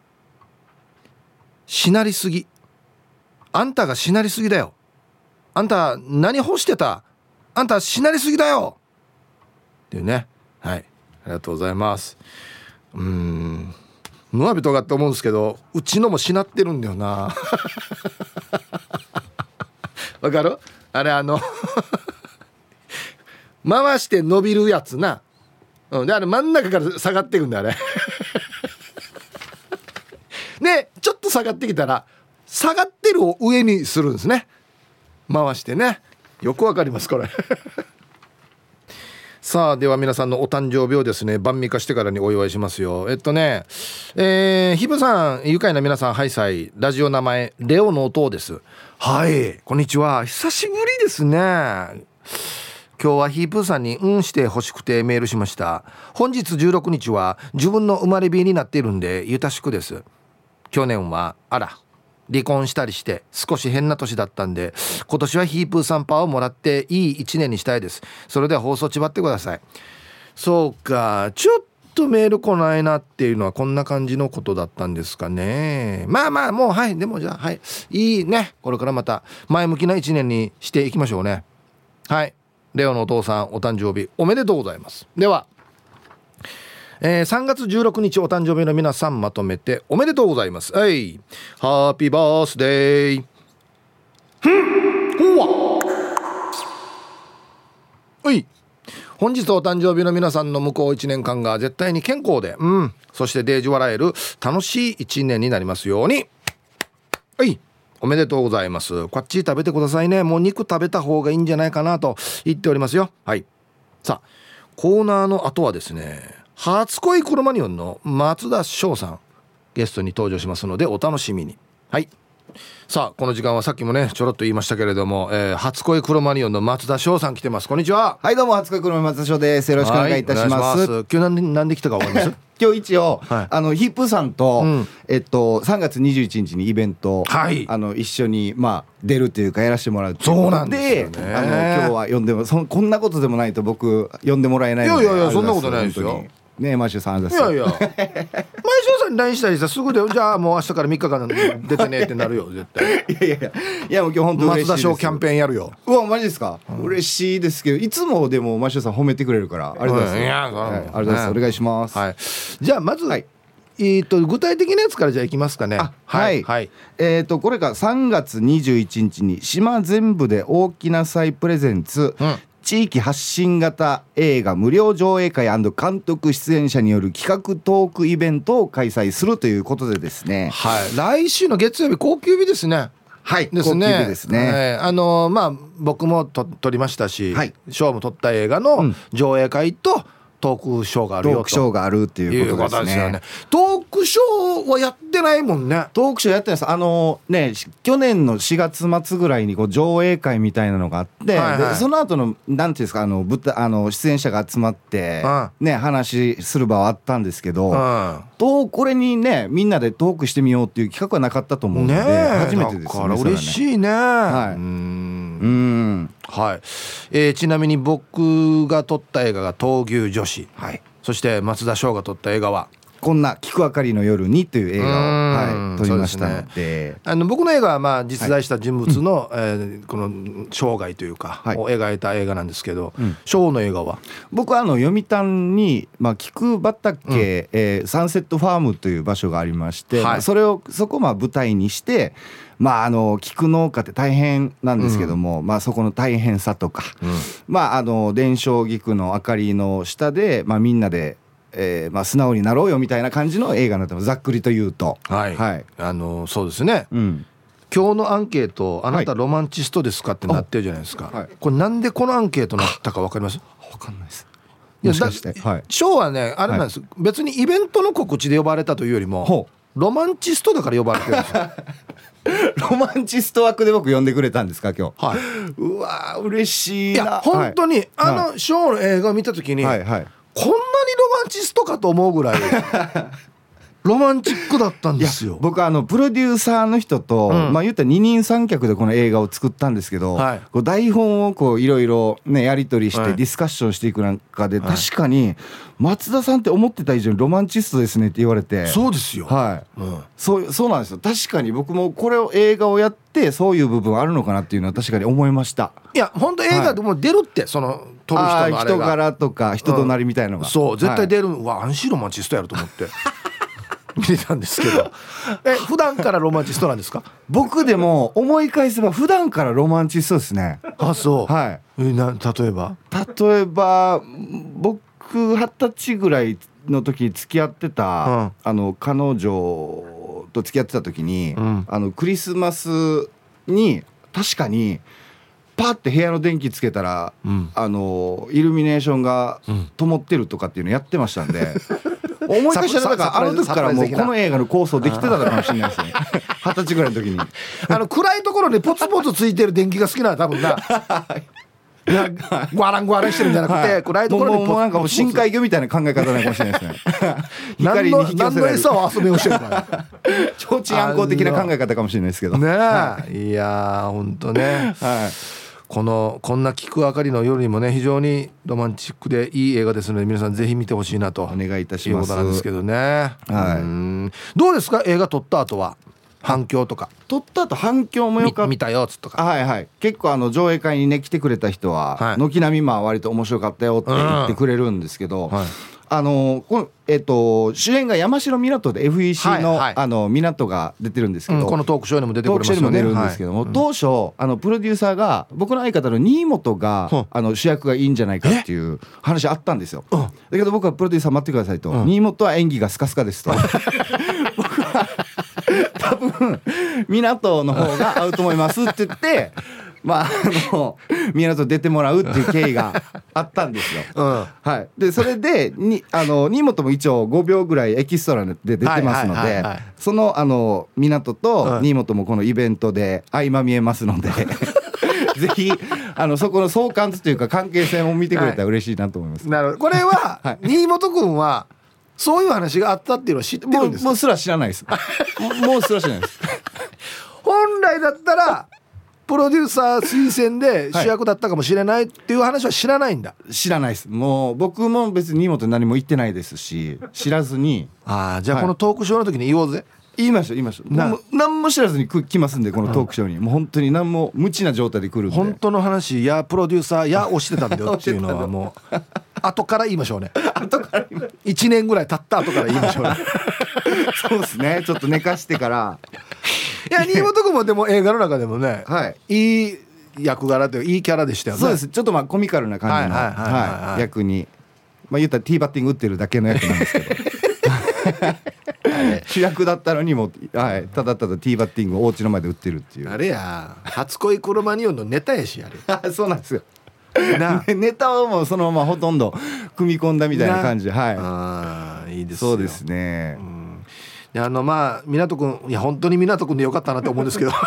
しなりすぎ。あんたがしなりすぎだよ。あんた何干してた。あんたしなりすぎだよっていうね。はい、ありがとうございます。うーんムアビとかって思うんですけど、うちのもしなってるんだよな。わかる。あれあの回して伸びるやつな、うん、であれ真ん中から下がっていくんだあれ。でちょっと下がってきたら下がってるを上にするんですね。回してね。よくわかりますこれ。 さあでは皆さんのお誕生日をですね晩御飯してからにお祝いしますよ。えっとねえー、ひぶさん愉快な皆さんハイサイラジオ名前レオの音です。はいこんにちは久しぶりですね。今日はヒープーさんにうんして欲しくてメールしました。本日じゅうろくにちは自分の生まれ日になっているんでゆたしくです。去年はあら離婚したりして少し変な年だったんで今年はヒープーさんパーをもらっていいいちねんにしたいです。それでは放送ちばってください。そうかちょっとメール来ないなっていうのはこんな感じのことだったんですかね。まあまあもうはいでもじゃあはいいいねこれからまた前向きないちねんにしていきましょうね。はいレオのお父さんお誕生日おめでとうございます。ではえー、さんがつじゅうろくにちお誕生日の皆さんまとめておめでとうございます。はい、ハッピーバースデー。ふんほわはい、本日お誕生日の皆さんの向こういちねんかんが絶対に健康で、うん、そしてデージ笑える楽しいいちねんになりますように。はいおめでとうございます。こっち食べてくださいね。もう肉食べた方がいいんじゃないかなと言っておりますよ。はいさあコーナーの後はですね初恋クロマニオンの松田翔さんゲストに登場しますのでお楽しみに。はいさあこの時間はさっきもねちょろっと言いましたけれども、えー、初恋クロマニオンの松田翔さん来てます。こんにちは。 はいどうも初恋クロマニオン松田翔です。よろしくお願いいたします。 今日なんでなんで来たかわかります今日一応、 はい、 あのヒップさんと、うん、えっとさんがつにじゅういちにちにイベント、 はい、 あの一緒にまあ出るというかやらせてもらうっていうそうなんですよね。 あの今日は呼んでもそこんなことでもないと僕呼んでもらえないので。 いやいやいやそんなことないですよ。 ねえマシュさんです。 いやいやマシュさんに ライン したりさすぐでじゃあもう明日からみっかかん出てねってなるよ絶対。 いやいやいやいやもう今日本当嬉しいです。 松田翔キャンペーンやるよ。 うわマジですか、うん、嬉しいですけどいつもでもマシュさん褒めてくれるからありがとうございます、うんいやはい、ありがとうございます、ね、お願いします、 はい、じゃあまず、はいえー、と具体的なやつからじゃあいきますかね。 あはい、はいえー、とこれがさんがつにじゅういちにちに島全部で大きな祭プレゼンツ、うん地域発信型映画無料上映会&監督出演者による企画トークイベントを開催するということでですね、 はい、来週の月曜日高級日ですね。 はいですね、 高級日ですね、 はいあのー、まあ僕もと撮りましたし、はい、賞も取った映画の上映会と、うんトークショーがあるよとトークショーがあるっていうことですね。 いうことですよね。トークショーはやってないもんね。 トークショーやってないです。あのね去年のしがつまつぐらいにこう上映会みたいなのがあって、はいはい、でその後のなんていうんですかあの舞台あの出演者が集まってね話する場はあったんですけど、とこれにねみんなでトークしてみようっていう企画はなかったと思うので、ね、初めてですね。 だから嬉しいね。 はい。 うんうんはい、えー、ちなみに僕が撮った映画が闘牛女子、はい、そして松田翔が撮った映画はこんな菊あかりの夜にという映画を、はい、撮りましたの で, で、ね、あの僕の映画はまあ実在した人物の、はいえー、この生涯というか、はい、を描いた映画なんですけど、うん、翔の映画は僕はあの読谷に、まあ、菊畑、うんえー、サンセットファームという場所がありまして、はい、それをそこをまあ舞台にしてまあ、あの菊農家って大変なんですけども、うんまあ、そこの大変さとか、うんまあ、あの伝承菊の明かりの下で、まあ、みんなで、えーまあ、素直になろうよみたいな感じの映画になってます。ざっくりと言うと、 はいはい、あのそうですね、うん、今日のアンケートあなたロマンチストですかってなってるじゃないですか、はい、これなんでこのアンケートなったか分かります？ 分かんないです。 いやだ翔はねあれなんです、はい、別にイベントの告知で呼ばれたというよりもロマンチストだから呼ばれてるんですよロマンチスト枠で僕呼んでくれたんですか今日、 はい、 うわ嬉しいな。 いや本当に、はい、あのショーの映画を見た時に、はいはい、こんなにロマンチストかと思うぐらいロマンチックだったんですよ。 僕あのプロデューサーの人と、うんまあ、言ったら二人三脚でこの映画を作ったんですけど、はい、こう台本をこういろいろねやり取りしてディスカッションしていく中で、はい、確かに松田さんって思ってた以上にロマンチストですねって言われて。 そうですよ、 はい、うん、そうそうなんですよ。確かに僕もこれを映画をやってそういう部分あるのかなっていうのは確かに思いました。 いや本当映画でも出るって、はい、その撮る人のあれが人柄とか人となりみたいなのが、 うん、そう絶対出る、はい、うわ安心ロマンチストやると思って見てたんですけどえ普段からロマンチストなんですか？ 僕でも思い返せば普段からロマンチストですね。 あそう、 はい、 えな例えば例えば僕二十歳ぐらいの時に付き合ってた、うん、あの彼女と付き合ってた時に、うん、あのクリスマスに確かにパッて部屋の電気つけたら、 うん、 あのイルミネーションが灯ってるとかっていうのやってましたんで、うん、思い返したらだからあの時からもうこの映画の構想できてたのかもしれないですね。二十歳ぐらいの時にあの暗いところにポツポツついてる電気が好きなの多分な。いやグワラングワランしてるんじゃなくて、はい、暗いところにもうなんかもう深海魚みたいな考え方なのかもしれないですね。光に引き寄せられる。 何の餌を遊びをしてるから超治安公的な考え方かもしれないですけどねえ、 はい、 いやーほんとね、 はい、このこんな菊あかりの夜にもね非常にロマンチックでいい映画ですので皆さんぜひ見てほしいなとお願いいたします。 いうことなんですけどね、 はい、 うんどうですか映画撮った後は反響とか。 撮った後反響もよかった。 見たよっつとか。 はいはい。結構あの上映会にね来てくれた人は、はい、軒並みまあ割と面白かったよって言ってくれるんですけど、うんはい、あのこのえっと主演が山城湊で エフイーシー の、はいはい、あの湊が出てるんですけど、 うん、このトークショーにも出てくれますよね。 トークショーにも出るんですけども、はい、当初あのプロデューサーが僕の相方の新本が、うん、あの主役がいいんじゃないかっていう話あったんですよ。うん、だけど僕はプロデューサー待ってくださいと、うん、新本は演技がスカスカですと。僕は多分港の方が合うと思いますって言ってまああの港出てもらうっていう経緯があったんですよ、うんはい、でそれでにあの新本も一応ごびょうぐらいエキストラで出てますので、そのあの港と新本もこのイベントで相まみえますので、うん、ぜひあのそこの相関図というか関係性を見てくれたら嬉しいなと思います、 はい、なるほど。これは、はい、新本君はそういう話があったっていうのを知ってるんですか？ もうすら知らないです。もうすら知らないです。 本来だったらプロデューサー推薦で主役だったかもしれないっていう話は知らないんだ、 はい、知らないです。もう僕も別に荷物何も言ってないですし知らずに。 ああじゃあ、はい、このトークショーの時に言おうぜ。 言いました言いましたな何も知らずに来ますんでこのトークショーに、うん、もう本当に何も無知な状態で来るんで本当の話やプロデューサーや押してたんだよっていうのはもう後から言いましょうね。 後から言いまいちねんぐらい経った後から言いましょうね。 そうですねちょっと寝かしてからいや新本君もでも映画の中でもね、 はい、 いい役柄といういいキャラでしたよね。 そうですちょっとまあコミカルな感じの役にまあ言ったらティーバッティング打ってるだけの役なんですけど主役だったのにも、はい、ただただティーバッティングをお家の前で打ってるっていう。 あれや初恋クロマニオンのネタやしあれそうなんですよなネタをもうそのままほとんど組み込んだみたいな感じで、はい、 あいいですよ。 そうですね、うん、 であのまあ湊くんいや本当に湊くんでよかったなって思うんですけどい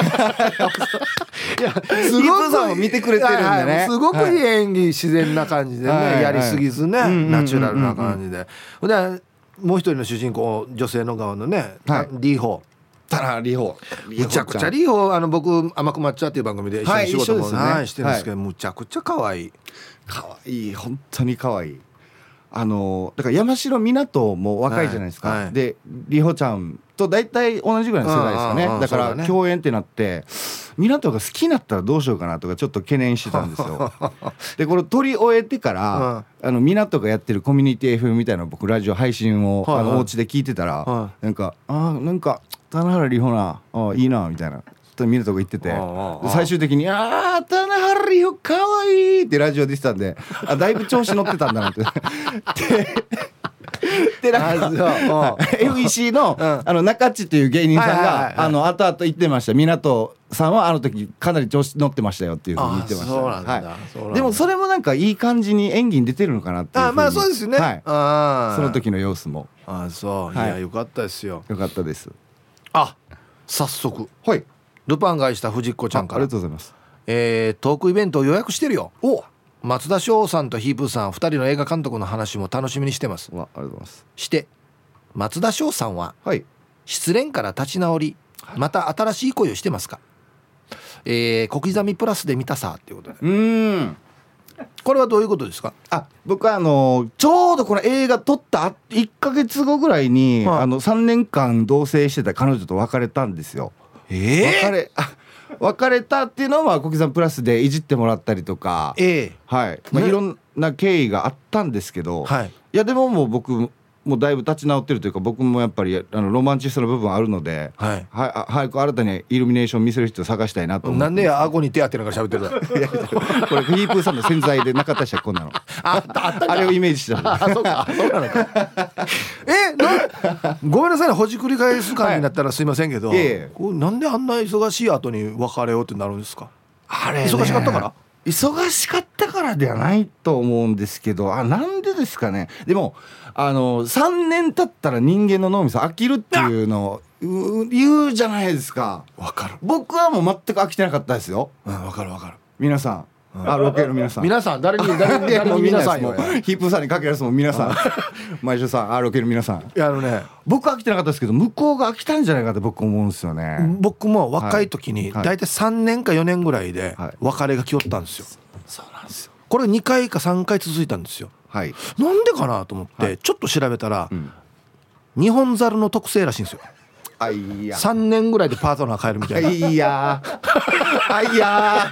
やすごく見てくれてるんでね、はいはい、 すごくいい演技、はい、自然な感じでね、はいはい、やりすぎずね、ナチュラルな感じで、でもう一人の主人公女性の側のね、はい、リーホーたらリーホーむちゃくちゃリーホーあの僕甘く抹茶っていう番組で一緒に仕事も、はいはい、してるんですけど、はい、むちゃくちゃ可愛い可愛い本当に可愛い。あのだから山城湊も若いじゃないですか、はいはい、でリホちゃんと大体同じぐらいの世代ですかね、うんうんうん、だから共演ってなって湊が好きになったらどうしようかなとかちょっと懸念してたんですよでこれ撮り終えてから、うん、あの湊がやってるコミュニティ エフエム みたいな僕ラジオ配信を、はいはい、あのお家で聞いてたら、はい、なんかあなんか棚原里穂なあいいなみたいな湊が言ってて、最終的にあー棚原里穂かわいいってラジオで言ってたんであだいぶ調子乗ってたんだなってでなんか エフイーシー の、うん、あの中地っていう芸人さんが、はいはいはいはい、あの後々言ってました。湊さんはあの時かなり調子乗ってましたよっていうふうに言ってました。 そうなんだ、はい、そうなんだ。 でもそれもなんかいい感じに演技に出てるのかなっていうふうに。 あまあそうですね、はい、あその時の様子もあそう、はい、いやよかったですよ。 よかったです。 あ早速はいルパンがした藤子ちゃんからあ, ありがとうございます、 えー、トークイベントを予約してるよ。お松田翔さんとヒープーさんふたりの映画監督の話も楽しみにしてます。 わありがとうございます。 して松田翔さんは、 はい、 失恋から立ち直りまた新しい恋をしてますか、えー、小刻みプラスで見たさっていうことで。 うーんこれはどういうことですか。 あ僕はあのちょうどこの映画撮ったいっかげつごぐらいに、はい、あのさんねんかん同棲してた彼女と別れたんですよ。 えー、 別れあ別れたっていうのは小刻みプラスでいじってもらったりとか、 えーはいまあ、いろんな経緯があったんですけど、 はい、 いやでももう僕もうだいぶ立ち直ってるというか僕もやっぱりあのロマンチストの部分あるので、 はい、 は早く新たにイルミネーション見せる人を探したいなと思って。 なんで顎に手当てながら喋ってるんだこれフィープーさんの洗剤でなかったしこんなの あ, あ, あれをイメージしてた。 あそうかそうなのかえなごめんなさいねほじくり返す感じになったらすいませんけど、 はい、いえいえこれなんであんな忙しい後に別れようってなるんですか。 あれね、 忙しかったから忙しかったからではないと思うんですけど、あ、なんでですかね。でもあのさんねん経ったら人間の脳みそ飽きるっていうのを言うじゃないですか。 わかる。 僕はもう全く飽きてなかったですよ。 うん、わかるわかる。 皆さん、うん、あ、ロケの皆さん、 皆さん誰に誰に誰に皆さんよ。 ヒップさんにかけるやつも皆さん毎週さん、あ、ロケの皆さん。 いや、あのね、 僕は飽きてなかったですけど、向こうが飽きたんじゃないかって僕思うんですよね。 僕も若い時にはい大体さんねんかよねんぐらいで別れが来よったんですよ。 そうなんですよ。 これにかいかさんかい続いたんですよ。 はい。 なんでかなと思って、はい、ちょっと調べたら、うん、日本猿の特性らしいんですよ。 あいや、 さんねんぐらいでパートナー変えるみたいな。 あいやあいや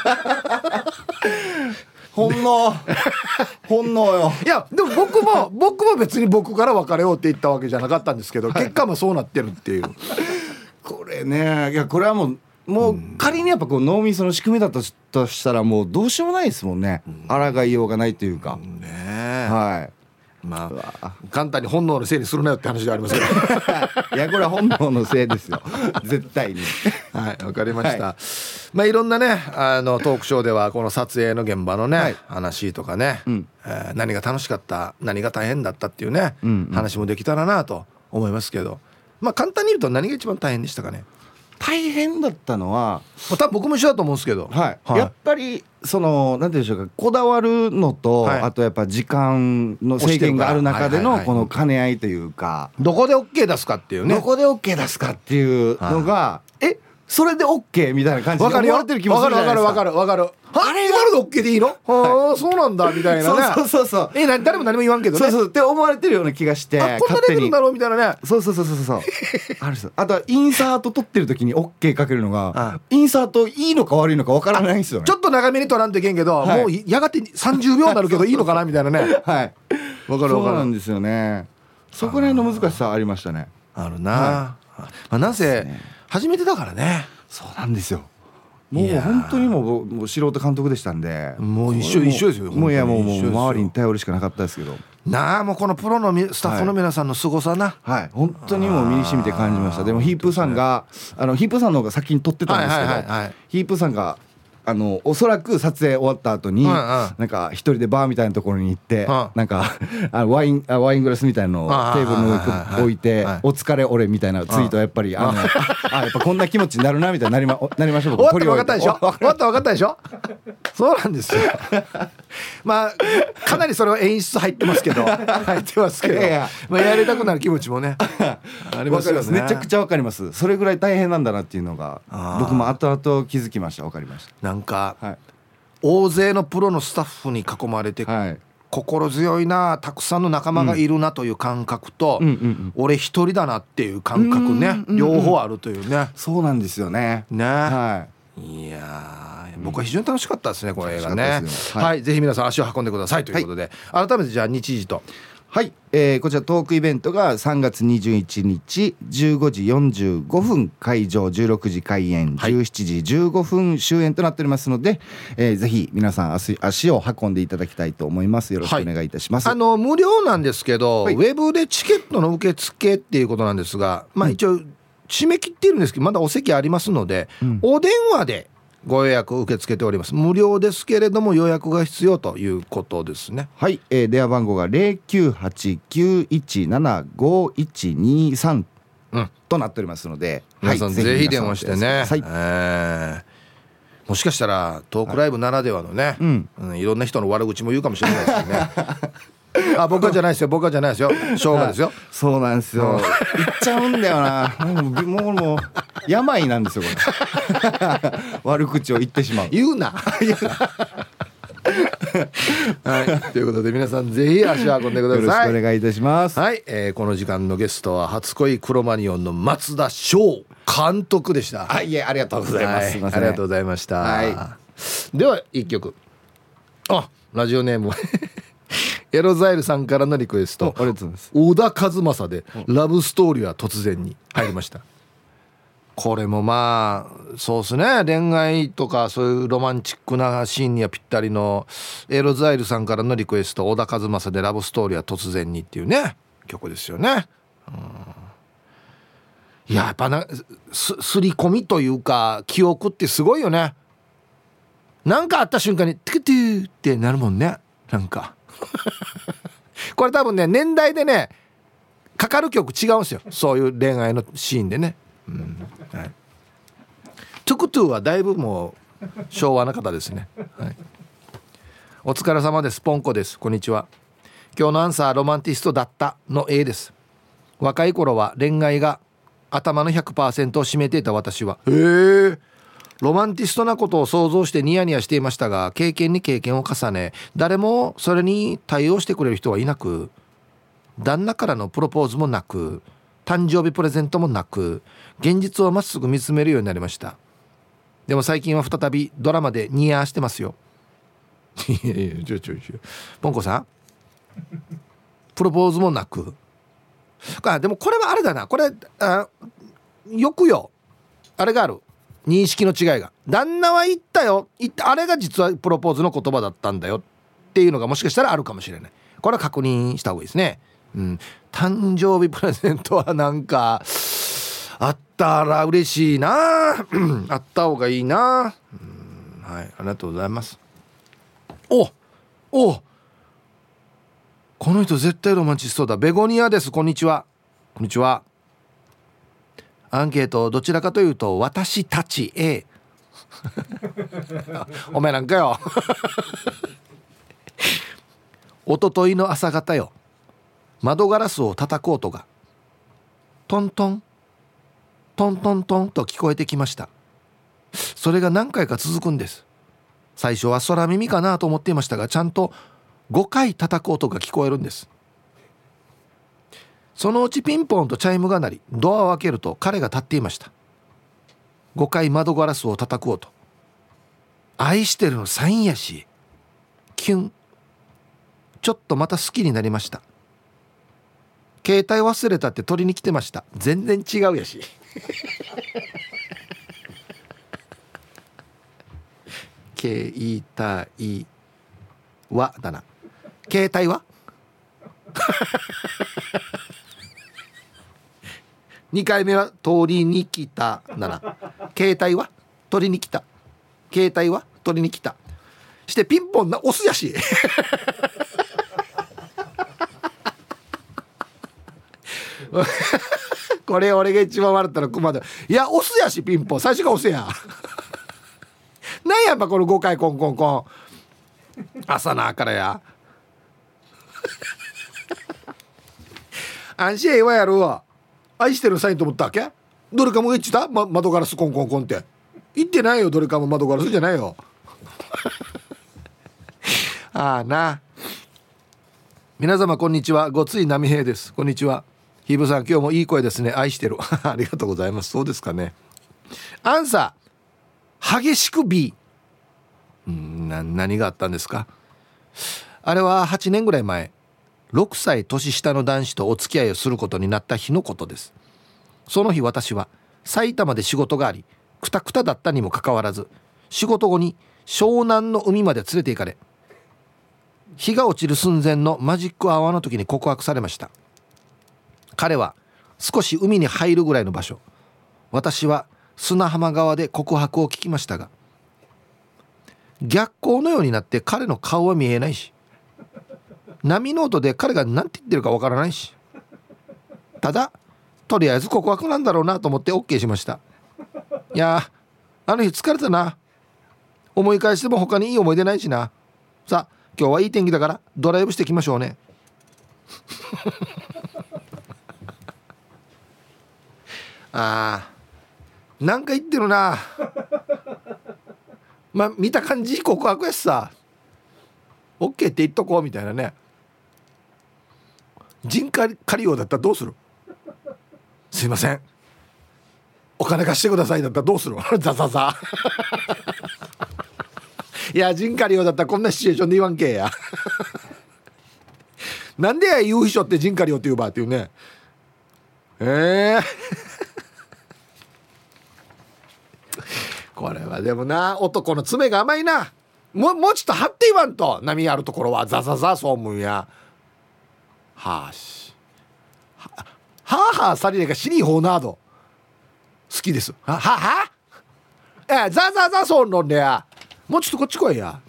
本能本能よ。 いやでも僕も僕も別に僕から別れようって言ったわけじゃなかったんですけど、はい、結果もそうなってるっていう。 これね、いやこれはもうもう仮にやっぱこう脳みその仕組みだとしたらもうどうしようもないですもんね。抗いようがないというか、 ねえ、 はい。 まあ簡単に本能のせいにするなよって話でありますけどいやこれは本能のせいですよ絶対に。 はい、わかりました、 はい。 まあいろんなね、あのトークショーではこの撮影の現場のね、はい、話とかね、うん、えー、何が楽しかった、何が大変だったっていうね、うんうん、話もできたらなと思いますけど、まあ簡単に言うと何が一番大変でしたかね。 大変だったのは、 多分僕も一緒だと思うんですけど、 はいはい、やっぱりそのなんていうんでしょうか、こだわるのと、はい、あとやっぱ時間の制限がある中でのこの兼ね合いというか、 どこで OK 出すかっていうね、 どこで OK 出すかっていうのが、えそれで OK みたいな感じで思われてる気もするじゃないですか。 わかるわかるわかるわかる。あれ今ので OK でいいの、はあ、そうなんだみたいなね。 そうそうそう、 えな誰も何も言わんけどね、 そうそうって思われてるような気がして、 あこんなレベルだろうみたいなね。 そうそうそうそうそうあるそう。あとはインサート撮ってる時に OK かけるのが、あインサートいいのか悪いのかわからないんですよね。 ちょっと長めに撮らんといけんけど、はい、もうやがてさんじゅうびょうになるけどいいのかなみたいなね。はい、わかるわかる。そうなんですよね。そこら辺の難しさありましたね。 あるな、はい。まあ、なんせ初めてだからね。 そうなんですよ。もう本当にもう、もう素人監督でしたんで、 もう一緒一緒ですよ。 もういやもうもう周りに頼るしかなかったですけど、 なあもうこのプロのスタッフの皆さんの凄さな、 はい、はい、本当にもう身に染みて感じました。でもヒープーさんがあのヒープーさんの方が先に撮ってたんですけど、はいはいはいはい、ヒープーさんがあのおそらく撮影終わった後に、うんうん、なんか一人でバーみたいなところに行って、うん、なんかあワインあワイングラスみたいなのをテーブルの上に置いて、お疲れ俺みたいなツイートはやっぱりあのあやっぱこんな気持ちになるなみたいになりまなりましょう。 終わった分かったでしょ。終わった分かったでしょ。そうなんですよ。まあかなりそれは演出入ってますけど入ってますけど、いやいや、まあ、やりたくなる気持ちもねありますよね。 めちゃくちゃわかります。それぐらい大変なんだなっていうのが僕も後々気づきました。わかりました。 なんか、はい、大勢のプロのスタッフに囲まれて、はい、心強いな、たくさんの仲間がいるなという感覚と、うんうんうんうん、俺一人だなっていう感覚ね、うんうんうん、両方あるというね。 そうなんですよね。 ね、はい、いや僕は非常に楽しかったですね、この映画ね。はい、はい、ぜひ皆さん足を運んでくださいということで、はい、改めてじゃあ日時と。 はい、えー、こちらトークイベントがさんがつにじゅういちにちじゅうごじよんじゅうごふん会場、じゅうろくじ開演、じゅうしちじじゅうごふん終演となっておりますので、えー、ぜひ皆さん 足, 足を運んでいただきたいと思います。よろしくお願いいたします。 はい、あの無料なんですけど、はい、ウェブでチケットの受付っていうことなんですが、まあ一応締め切っているんですけどまだお席ありますので、うん、お電話でご予約を受け付けております。無料ですけれども予約が必要ということですね。 はい、えー、電話番号が ゼロきゅうはちきゅういちななごいちにさん、うん、となっておりますので、 皆さん、はい、ぜひ電話してね、はい、えー、もしかしたらトークライブならではのね、はい、うんうん、いろんな人の悪口も言うかもしれないですね。あ、僕はじゃないですよ、僕はじゃないですよ、生姜ですよ。 そうなんですよ、言っちゃうんだよな。もうもう病なんですよこれ。悪口を言ってしまう。 言うな言うな。はい、ということで皆さんぜひ足を運んでください。 よろしくお願いいたします。 はい、えー、この時間のゲストは初恋クロマニオンの松田翔監督でした。 はい、いえ、ありがとうございます。はい、すいません、 ありがとうございました。はい、では一曲、あ、ラジオネームエロザイルさんからのリクエスト、 ありがとうございます。 小田和正でラブストーリーは突然に入りました。これもまあそうですね、恋愛とかそういうロマンチックなシーンにはぴったりのエロザイルさんからのリクエスト、小田和正でラブストーリーは突然にっていうね曲ですよね。うん、いややっぱな す, すり込みというか記憶ってすごいよね。 なんかあった瞬間にテクテューってなるもんね。なんかこれ多分ね年代でねかかる曲違うんですよ、そういう恋愛のシーンでね、うんはい、トゥクトゥはだいぶもう昭和な方ですね、はい、お疲れ様です。ポンコです。こんにちは。今日のアンサーロマンティストだったの A です。若い頃は恋愛が頭の ひゃくパーセント を占めていた私は、へー、ロマンティストなことを想像してニヤニヤしていましたが、経験に経験を重ね、誰もそれに対応してくれる人はいなく、旦那からのプロポーズもなく、誕生日プレゼントもなく、現実をまっすぐ見つめるようになりました。でも最近は再びドラマでニヤーしてますよ。いやいやちょちょちょポンコさんプロポーズもなく、あ、でもこれはあれだな、これあよくよあれがある、認識の違いが、旦那は言ったよ、言ったあれが実はプロポーズの言葉だったんだよっていうのがもしかしたらあるかもしれない。これは確認した方がいいですね、うん、誕生日プレゼントはなんかあったら嬉しいなあった方がいいな、うん、はい、ありがとうございます。おおこの人絶対ロマンチストだ。ベゴニアです。こんにちは。こんにちは。アンケートどちらかというと私たち A お前なんかよおとといの朝方よ、窓ガラスを叩く音がトントントントントンと聞こえてきました。それが何回か続くんです。最初は空耳かなと思っていましたが、ちゃんとごかい叩く音が聞こえるんです。そのうちピンポンとチャイムが鳴り、ドアを開けると彼が立っていました。ごかい窓ガラスを叩く音、愛してるのサインやし、キュン、ちょっとまた好きになりました。携帯忘れたって取りに来てました。全然違うやし携帯はだな、携帯はにかいめは取りに来ただな、携帯は取りに来た、携帯は取りに来たしてピンポンな押すやしこれ俺が一番笑ったら熊だ。いや押すやし、ピンポン最初から押せやなんやっぱこのごかいコンコンコン朝なからや安心はやるわ、愛してるサインと思ったわけ。どれかも言ってた、ま、窓ガラスコンコンコンって言ってないよ。どれかも窓ガラスじゃないよああな。皆様こんにちは、ごつい波平です。こんにちは。ヒブさん今日もいい声ですね、愛してるありがとうございます。そうですかね。アンサー激しく B。 んな何があったんですか。あれははちねんぐらい前、ろくさい年下の男子とお付き合いをすることになった日のことです。その日私は埼玉で仕事があり、クタクタだったにもかかわらず、仕事後に湘南の海まで連れて行かれ、日が落ちる寸前のマジックアワーの時に告白されました。彼は少し海に入るぐらいの場所、私は砂浜側で告白を聞きましたが、逆光のようになって彼の顔は見えないし、波の音で彼が何て言ってるかわからないし、ただとりあえず告白なんだろうなと思って OK しました。いやあの日疲れたな。思い返しても他にいい思い出ないしな。さあ今日はいい天気だからドライブしていきましょうねあーなんか言ってるなまあ見た感じ告白やしさ OK って言っとこうみたいなね。人借りようだったらどうする。すいませんお金貸してくださいだったらどうするザザザいや人借りようだったらこんなシチュエーションで言わんけやなんでや言う人って人借りようって言うばっていうね。えーこれはでもな、男の爪が甘いな。も, もうちょっと張って言わんと。波あるところはザザザそう思うんや。はあしはあはあさりねがシリーホーナード好きです。はははえザザザそうのんでやもうちょっとこっち来いや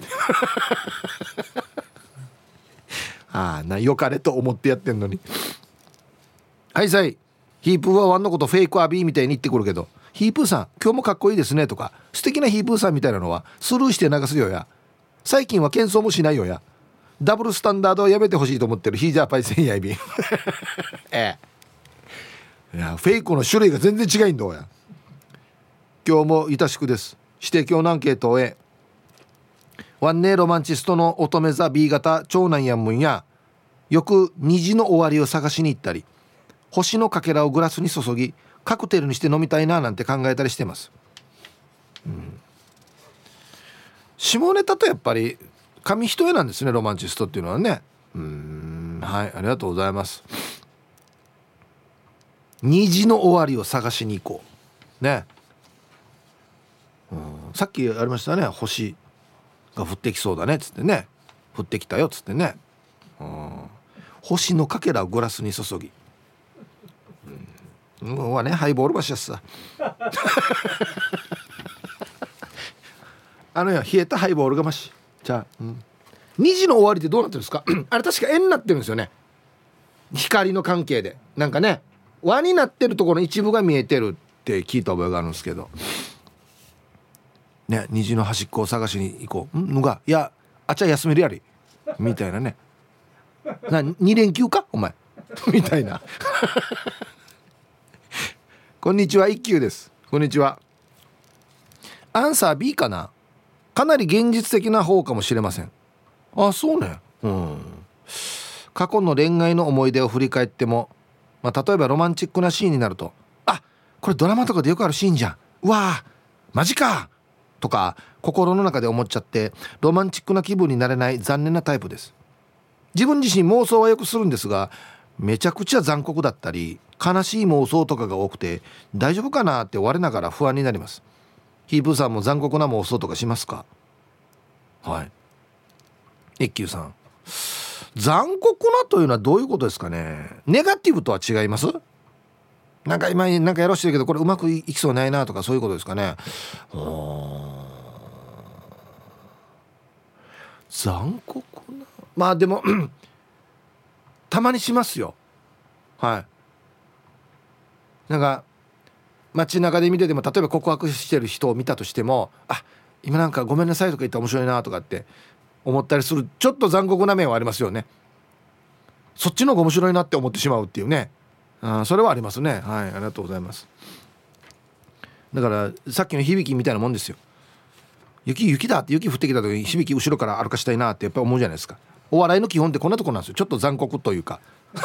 ああな、よかれと思ってやってんのに。はいさい、ヒープーはワンのことフェイクアビーみたいに言ってくるけど、ヒープーさん今日もかっこいいですねとか素敵なヒープーさんみたいなのはスルーして流すよや。最近は謙遜もしないよや。ダブルスタンダードはやめてほしいと思ってるヒージャーパイセンヤイビンええ、いやフェイクの種類が全然違いんだや。今日もいたしくです。指定教のアンケートをえワンネーロマンチストの乙女座 B 型長男やんむんや、よく虹の終わりを探しに行ったり、星のかけらをグラスに注ぎカクテルにして飲みたいななんて考えたりしてます、うん、下ネタとやっぱり紙一重なんですね、ロマンチストっていうのはね。うーん、はい、ありがとうございます。虹の終わりを探しに行こうね。うん、さっきありましたね、星が降ってきそうだねっつってね、降ってきたよっつってね、うん、星のかけらをグラスに注ぎ、うん、うわね、ハイボール橋やさあのよ、冷えたハイボールがましじゃあ、うん、にじの終わりってどうなってるんですかあれ確か円になってるんですよね、光の関係で。なんかね、輪になってるところの一部が見えてるって聞いた覚えがあるんですけどね、虹の端っこを探しに行こう。んのが、いやあちゃ休めるやりみたいなね、なに連休かお前みたいなこんにちは、一休です。こんにちは。アンサー B かな。かなり現実的な方かもしれません。あ、そうね。うん。過去の恋愛の思い出を振り返っても、まあ、例えばロマンチックなシーンになると、あ、これドラマとかでよくあるシーンじゃん、うわーマジかとか心の中で思っちゃってロマンチックな気分になれない残念なタイプです。自分自身妄想はよくするんですが、めちゃくちゃ残酷だったり悲しい妄想とかが多くて大丈夫かなって我ながら不安になります。ヒープーさんも残酷な妄想とかしますか？はい、一休さん、残酷なというのはどういうことですかね。ネガティブとは違います？なんか今なんかやろうしてるけどこれうまくいきそうないなとかそういうことですかね。残酷な、まあでもたまにしますよ。はい、なんか街中で見てても、例えば告白してる人を見たとしても、あ、今なんかごめんなさいとか言ったら面白いなとかって思ったりする、ちょっと残酷な面はありますよね。そっちの方が面白いなって思ってしまうっていうね。あ、それはありますね。はい、ありがとうございます。だからさっきの響きみたいなもんですよ。雪雪だって雪降ってきた時に響き後ろから歩かしたいなってやっぱり思うじゃないですか。お笑いの基本ってこんなとこなんですよ。ちょっと残酷というか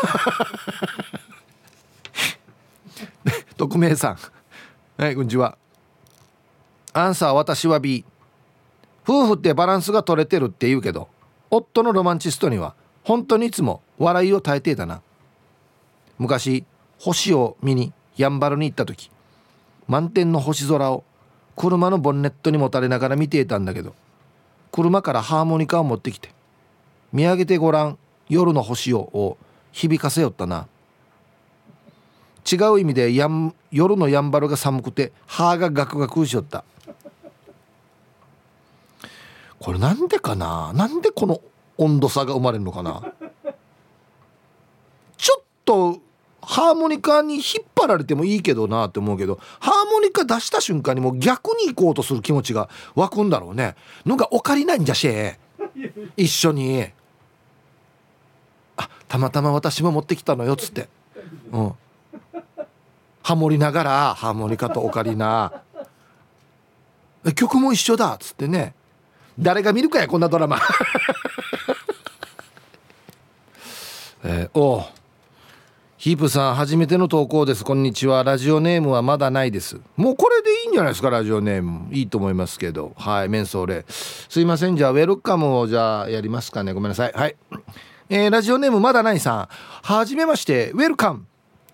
匿名さん、はい、こんにちは。アンサー、私は B。 夫婦ってバランスが取れてるって言うけど、夫のロマンチストには本当にいつも笑いを耐えていたな。昔星を見にやんばるに行った時、満天の星空を車のボンネットにもたれながら見ていたんだけど、車からハーモニカを持ってきて、見上げてごらん夜の星をを響かせよったな。違う意味でやん夜のやんばるが寒くて歯がガクガクしよった。これなんでかな、なんでこの温度差が生まれるのかな。ちょっとハーモニカに引っ張られてもいいけどなって思うけど、ハーモニカ出した瞬間にもう逆に行こうとする気持ちが湧くんだろうね。のがお借りないんじゃしえ一緒に、あ、たまたま私も持ってきたのよっつって、うん、ハモりながらハーモニカとオカリナ曲も一緒だっつってね。誰が見るかやこんなドラマえー、おヒープさん、初めての投稿です。こんにちは。ラジオネームはまだないです。もうこれでいいんじゃないですか。ラジオネームいいと思いますけど、はい、メンソーレ、すいません。じゃあウェルカムをじゃあやりますかね。ごめんなさい。はい、えー、ラジオネームまだないさん、はじめまして、ウェルカム。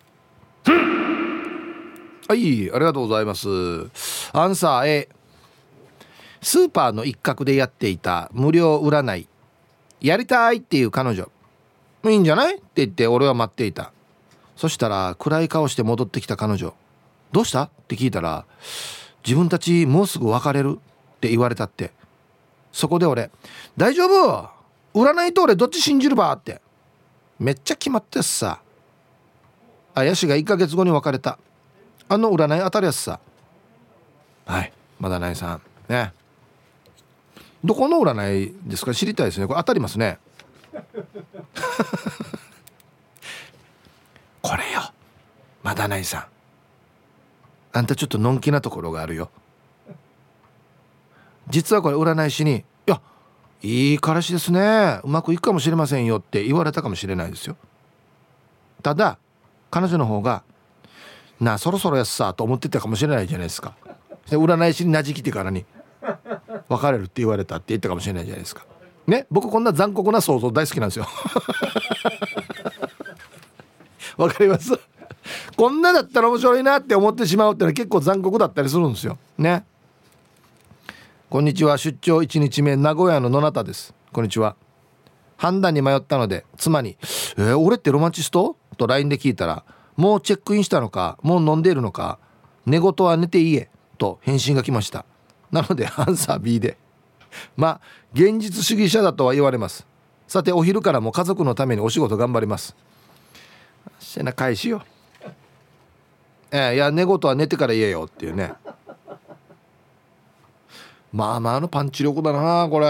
はい、ありがとうございます。アンサー A。 スーパーの一角でやっていた無料占い、やりたいっていう彼女、いいんじゃないって言って俺は待っていた。そしたら暗い顔して戻ってきた彼女、どうしたって聞いたら、自分たちもうすぐ別れるってって言われたって。そこで俺大丈夫占いと俺どっち信じるばってめっちゃ決まってさ。あやしがいっかげつごに別れたあの占い当たるやつさ。はいまだないさんね、どこの占いですか知りたいですね。これ当たりますねこれよまだないさん、あんたちょっとのんきなところがあるよ。実はこれ占い師にいやいい彼氏ですねうまくいくかもしれませんよって言われたかもしれないですよ。ただ彼女の方がなあそろそろやっさと思ってたかもしれないじゃないですか。で占い師になじきてからに別れるって言われたって言ったかもしれないじゃないですかね。僕こんな残酷な想像大好きなんですよわかります。こんなだったら面白いなって思ってしまうってのは結構残酷だったりするんですよね。こんにちは、出張いちにちめ名古屋の野中です。こんにちは。判断に迷ったので妻にえー、俺ってロマンチストと ライン で聞いたら、もうチェックインしたのかもう飲んでいるのか寝言は寝ていいえと返信が来ました。なのでアンサー ビー でまあ現実主義者だとは言われます。さてお昼からも家族のためにお仕事頑張ります。してな返しよ、えー、いや寝言は寝てから言えよっていうね。まあまあのパンチ力だなこれ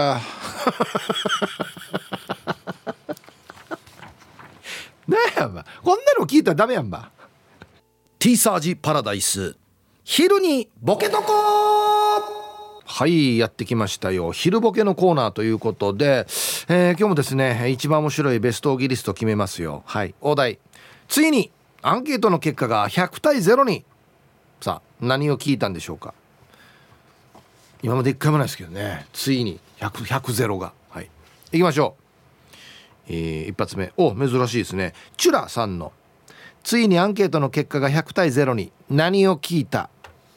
ねえやんばこんなの聞いたらダメやんば。 T サージパラダイス昼にボケとこ。はいやってきましたよ昼ボケのコーナーということで、えー、今日もですね一番面白いベストオギリスト決めますよ。はいお題、ついにアンケートの結果がひゃくたいゼロに。さあ何を聞いたんでしょうか。今まで一回もないですけどね、ついにひゃく、ひゃくゼロが。はい行きましょう。えー、一発目お珍しいですね。チュラさんのついにアンケートの結果がひゃくたいゼロに何を聞いた。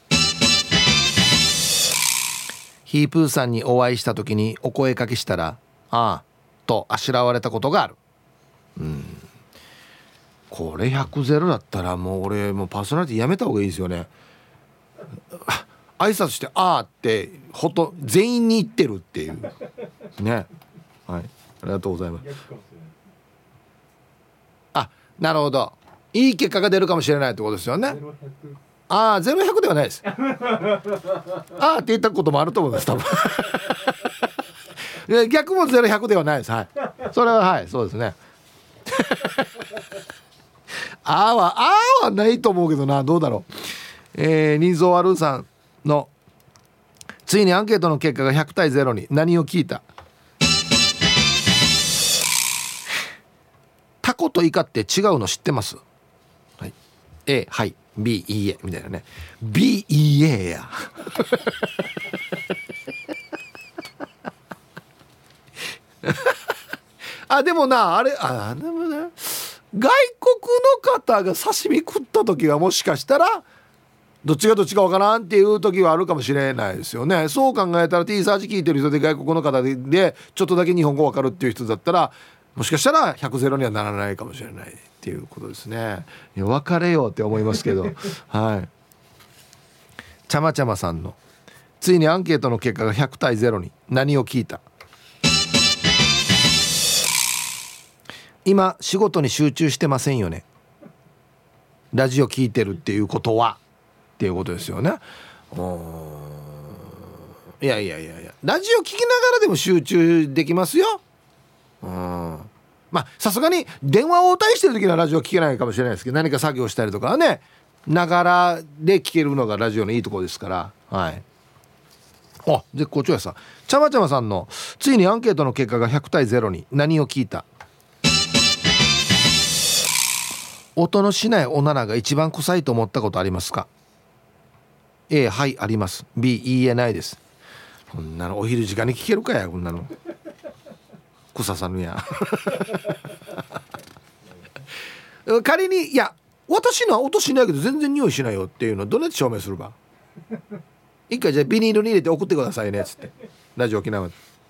ヒープーさんにお会いした時にお声かけしたらああとあしらわれたことがある。うんこれひゃくゼロだったらもう俺もうパーソナリティやめた方がいいですよね。挨拶してあーってほと全員に言ってるっていうね。はいありがとうございます。あなるほどいい結果が出るかもしれないってことですよね。ああゼロひゃくではないです。ああって言ったこともあると思います多分逆もゼロひゃくではないです。はいそれははいそうですねあーはあーはないと思うけどなどうだろう。えー、人相悪さんのついにアンケートの結果がひゃくたいゼロに何を聞いた。タコとイカって違うの知ってます、はい、A はい B いいえみたいなね。 B いいえやあでもなあれあでもね外国の方が刺身食った時はもしかしたらどっちがどっちかわからんっていう時はあるかもしれないですよね。そう考えたら T サージ聞いてる人で外国の方でちょっとだけ日本語わかるっていう人だったらもしかしたらひゃくゼロにはならないかもしれないっていうことですね。いや別れようって思いますけどはいちゃまちゃまさんのついにアンケートの結果がひゃくたいゼロに何を聞いた。今仕事に集中してませんよね。ラジオ聞いてるっていうことはっていうことですよね。いやいやいやいやラジオ聞きながらでも集中できますよ。うんまあさすがに電話応対してる時はラジオ聞けないかもしれないですけど何か作業したりとかはねながらで聞けるのがラジオのいいところですから。はいあ絶好調やさちゃまちゃまさんのついにアンケートの結果がひゃくたいゼロに何を聞いた。音のしないおならが一番臭いと思ったことありますか。 A はいあります。 B いいえないです。こんなのお昼時間に聞けるかやこんなの臭さぬや仮にいや私のは音しないけど全然匂いしないよっていうのをどうやって証明するか一回じゃあビニールに入れて送ってくださいねっつってラジオ沖縄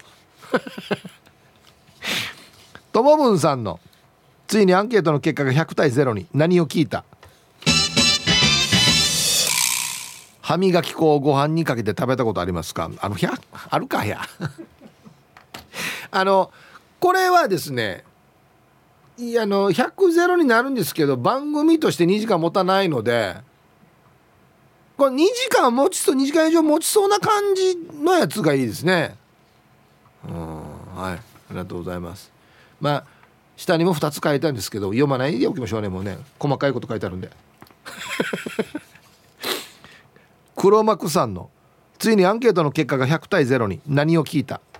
ともぶんさんのついにアンケートの結果がひゃくたいゼロに何を聞いた。 歯磨き粉をご飯にかけて食べたことありますか？あのひゃあるかやあのこれはですね、いやあのひゃくゼロになるんですけど、番組としてにじかん持たないので、これにじかん持ちそう、にじかん以上持ちそうな感じのやつがいいですね。うん、はい、ありがとうございます。まあ下にもふたつ書いてあるんですけど、読まないでおきましょうね。もうね、細かいこと書いてあるんで黒幕さんのついにアンケートの結果がひゃくたいゼロに。何を聞いた？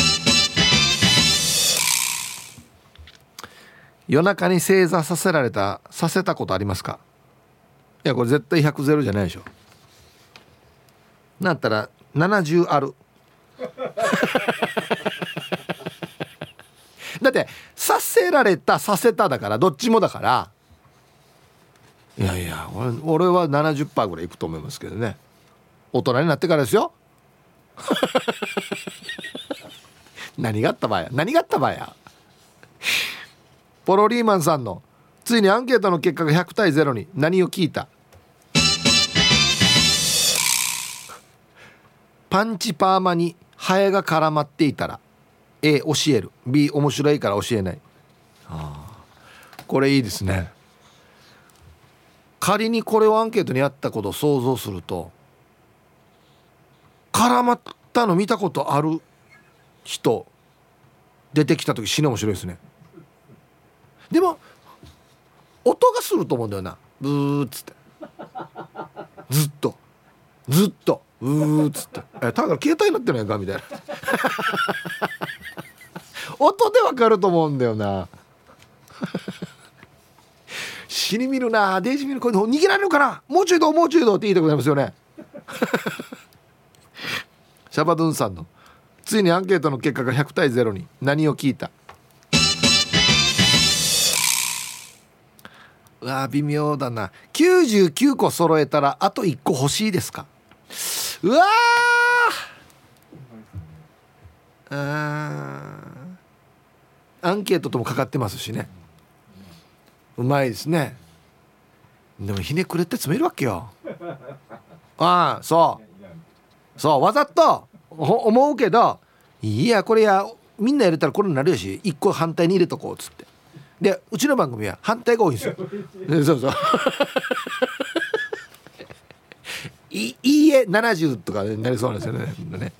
夜中に正座させられたさせたことありますか？いやこれ絶対ひゃくゼロじゃないでしょ。なんったらななじゅうあるだってさせられたさせただからどっちもだから、いやいや 俺, 俺は ななじゅっパーセント ぐらいいくと思いますけどね。大人になってからですよ何があったばや何があったばや。ポロリーマンさんのついにアンケートの結果がひゃくたいゼロに。何を聞いた？パンチパーマにハエが絡まっていたら A 教える B 面白いから教えない。ああ、これいいですね。仮にこれをアンケートにやったことを想像すると、絡まったの見たことある人出てきた時死ね面白いですね。でも音がすると思うんだよな。ブーっつってずっとずっとうーっつってえただ携帯になってないかみたいな音でわかると思うんだよな死に見るな。デイジ見るこれ逃げられるかな、もうちょいどもうちょいどって言いたくなりますよねシャバドゥンさんのついにアンケートの結果がひゃくたいゼロに。何を聞いた？うわ微妙だな。きゅうじゅうきゅうこ揃えたらあといっこ欲しいですか？うわーあーアンケートともかかってますしね。うまいですね。でもひねくれって詰めるわけよ。ああそうそうわざと思うけど、いやこれやみんな入れたらこれになるしいっこ反対に入れとこうっつって、でうちの番組は反対が多いんですよそうそうい, いいえななじゅうとかになりそうなんですよ ね, ね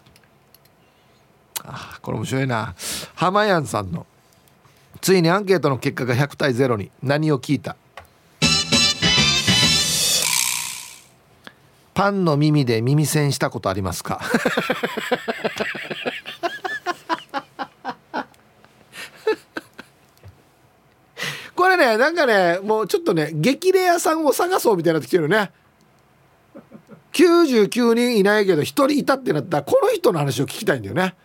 あこれ面白いな。浜やんさんのついにアンケートの結果がひゃくたいゼロに。何を聞いた？パンの耳で耳栓したことありますかこれねなんかねもうちょっとね激レアさんを探そうみたいになってきてるね。きゅうじゅうきゅうにんいないけどひとりいたってなったらこの人の話を聞きたいんだよね。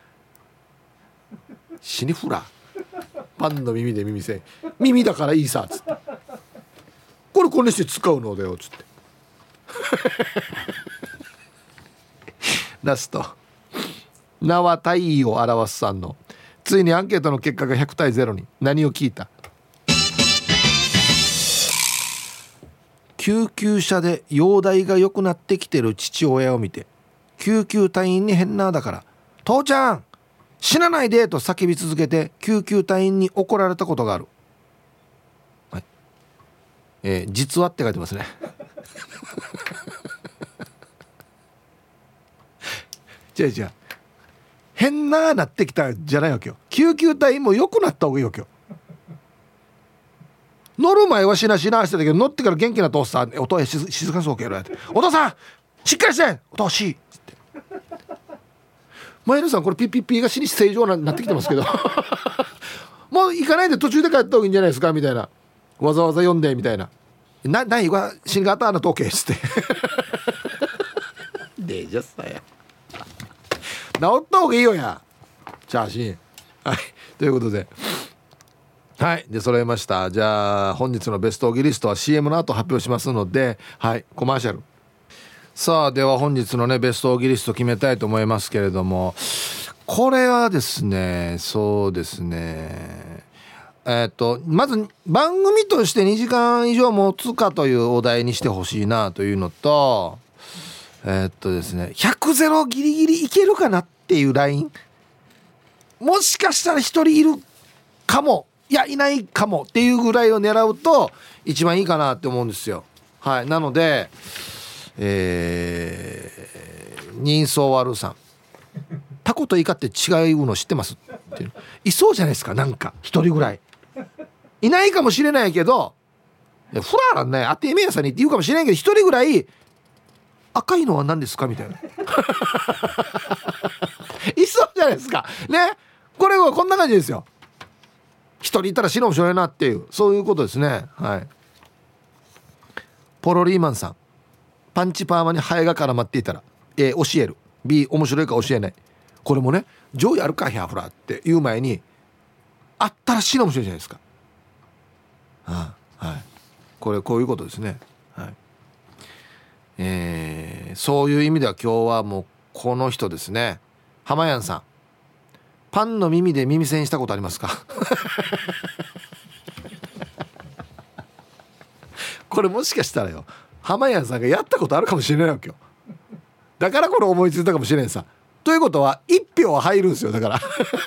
死にフラパンの耳で耳栓耳だからいいさっつってこれこれして使うのだよっつってラスト名は太陽を表すさんのついにアンケートの結果がひゃくたいゼロに。何を聞いた？救急車で容体が良くなってきてる父親を見て救急隊員に変なだから父ちゃん死なないでと叫び続けて救急隊員に怒られたことがある、はいえー、実はって書いてますね違う違う変ななってきたじゃないわけよ。救急隊員も良くなった方がいいわけよ。乗る前はしなしなしてたけど乗ってから元気な父さんお父さん静かにそうけろお父さんしっかりしてお父しいってマイルさんこれピッピッピーが死に正常になってきてますけどもう行かないで途中で帰った方がいいんじゃないですかみたいな、わざわざ読んでみたいなな何が新型の時計っつってでじゃさや治った方がいいよやチャーシーはいということではいで揃えました。じゃあ本日のベストオギリストは シーエム の後発表しますので、はいコマーシャル。さあでは本日のねベストオギリスト決めたいと思いますけれども、これはですねそうですねえっとまず番組としてにじかん以上持つかというお題にしてほしいなというのと、 えー、っとですねひゃくゼロギリギリいけるかなっていうライン、もしかしたらひとりいるかも、いやいないかもっていうぐらいを狙うと一番いいかなって思うんですよ。はい、なのでえー、人相悪さん、タコとイカって違うの知ってますっていう、いそうじゃないですか、なんか一人ぐらいいないかもしれないけど、フラーなんねあってエメヤさんにって言うかもしれないけど、一人ぐらい赤いのは何ですかみたいないそうじゃないですかね。これはこんな感じですよ。一人いたら死の面白いなっていう、そういうことですね。はい。ポロリーマンさん、パンチパーマにハエが絡まっていたら A 教える、 B 面白いか教えない。これもね、上位あるかヒャフラって言う前にあったら死の面白いじゃないですか。はあ、はい、これこういうことですね。はい、えー、そういう意味では今日はもうこの人ですね。浜やんさん、パンの耳で耳栓したことありますかこれもしかしたらよ、浜やんさんがやったことあるかもしれないわけよ。だからこれ思いついたかもしれんさ。ということはいち票は入るんですよ。だから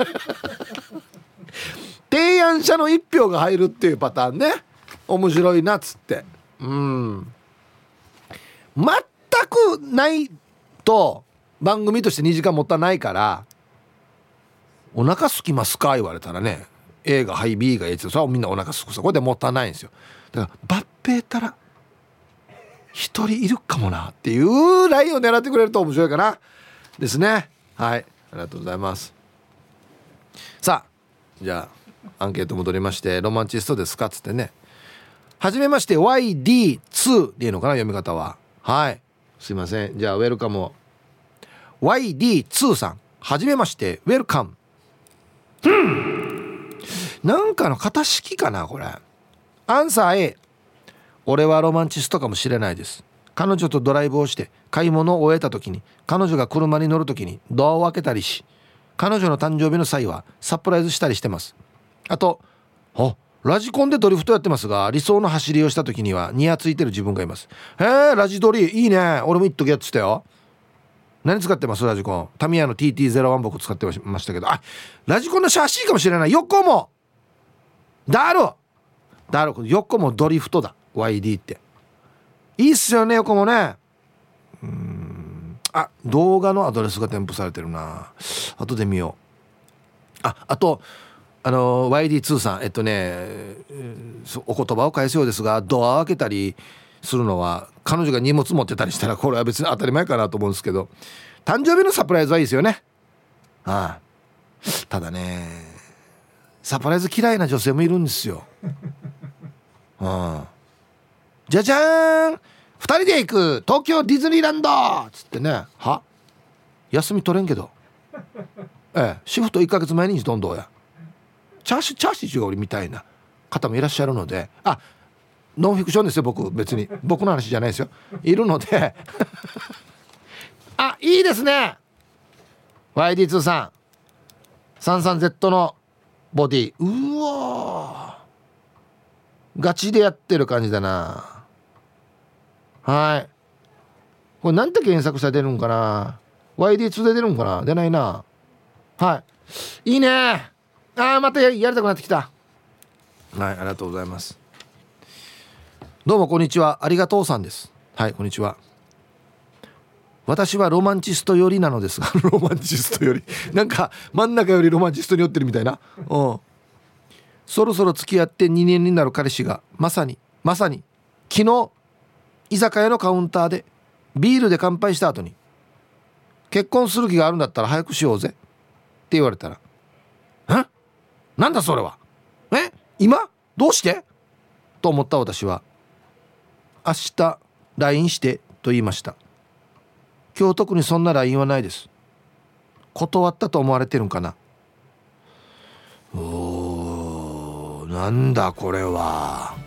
提案者のいち票が入るっていうパターンね、面白いなっつって。うん全くないと番組としてにじかんもったいないから、お腹すきますか言われたらね、 A がはい B が A って、それはみんなお腹すくさ、これでもったいないんですよ。だから抜兵たら一人いるかもなっていうラインを狙ってくれると面白いかなですね。はい、ありがとうございます。さあじゃあアンケート戻りまして、ロマンチストですかっつってね、はじめまして ワイディーツー でいいのかな、読み方は。はい、すいません。じゃあウェルカム ワイディーツー さん、はじめましてウェルカム。なんかの型式かなこれ。アンサー A、 俺はロマンチストかもしれないです。彼女とドライブをして買い物を終えた時に、彼女が車に乗る時にドアを開けたりし、彼女の誕生日の際はサプライズしたりしてます。あと、あ、ラジコンでドリフトやってますが、理想の走りをした時にはニヤついてる自分がいます。へえ、ラジドリいいね。俺も一時やってたよ。何使ってますラジコン？タミヤの ティーティーゼロワン 僕使ってましたけど、あ、ラジコンのシャシーかもしれない。横もだろだろ、横もドリフトだ ワイディー って。いいっすよね、横もね。うーん、あ、動画のアドレスが添付されてるな。後で見よう。あ、あとあの ワイディーツー さん、えっとね、お言葉を返すようですが、ドアを開けたりするのは彼女が荷物持ってたりしたら、これは別に当たり前かなと思うんですけど、誕生日のサプライズはいいですよね。ああ、ただね、サプライズ嫌いな女性もいるんですよ。ああ、じゃじゃーん、ふたりで行く東京ディズニーランドつってね、は休み取れんけど、ええ、シフトいっかげつまえにどんどんやチャーシチャーシ中折みたいな方もいらっしゃるので、あ、ノンフィクションですよ、僕別に僕の話じゃないですよ、いるのであ、いいですね ワイディーツー さん さんじゅうさんゼット のボディ、うわガチでやってる感じだな。はい、これなんて検索したら出るんかな。 ワイディーツー で出るんかな、出ないな。はい、いいね。あー、またやりたくなってきた。はい、ありがとうございます。どうもこんにちは、ありがとうさんです。はい、こんにちは。私はロマンチスト寄りなのですがロマンチスト寄りなんか真ん中よりロマンチストに寄ってるみたいな。うん、そろそろ付き合ってにねんになる彼氏がまさにまさに昨日居酒屋のカウンターでビールで乾杯した後に、結婚する気があるんだったら早くしようぜって言われたら、え、なんだそれは、え、今どうしてと思った私は、明日 ライン してと言いました。今日特にそんな ライン はないです。断ったと思われてるんかな。おー、なんだこれは。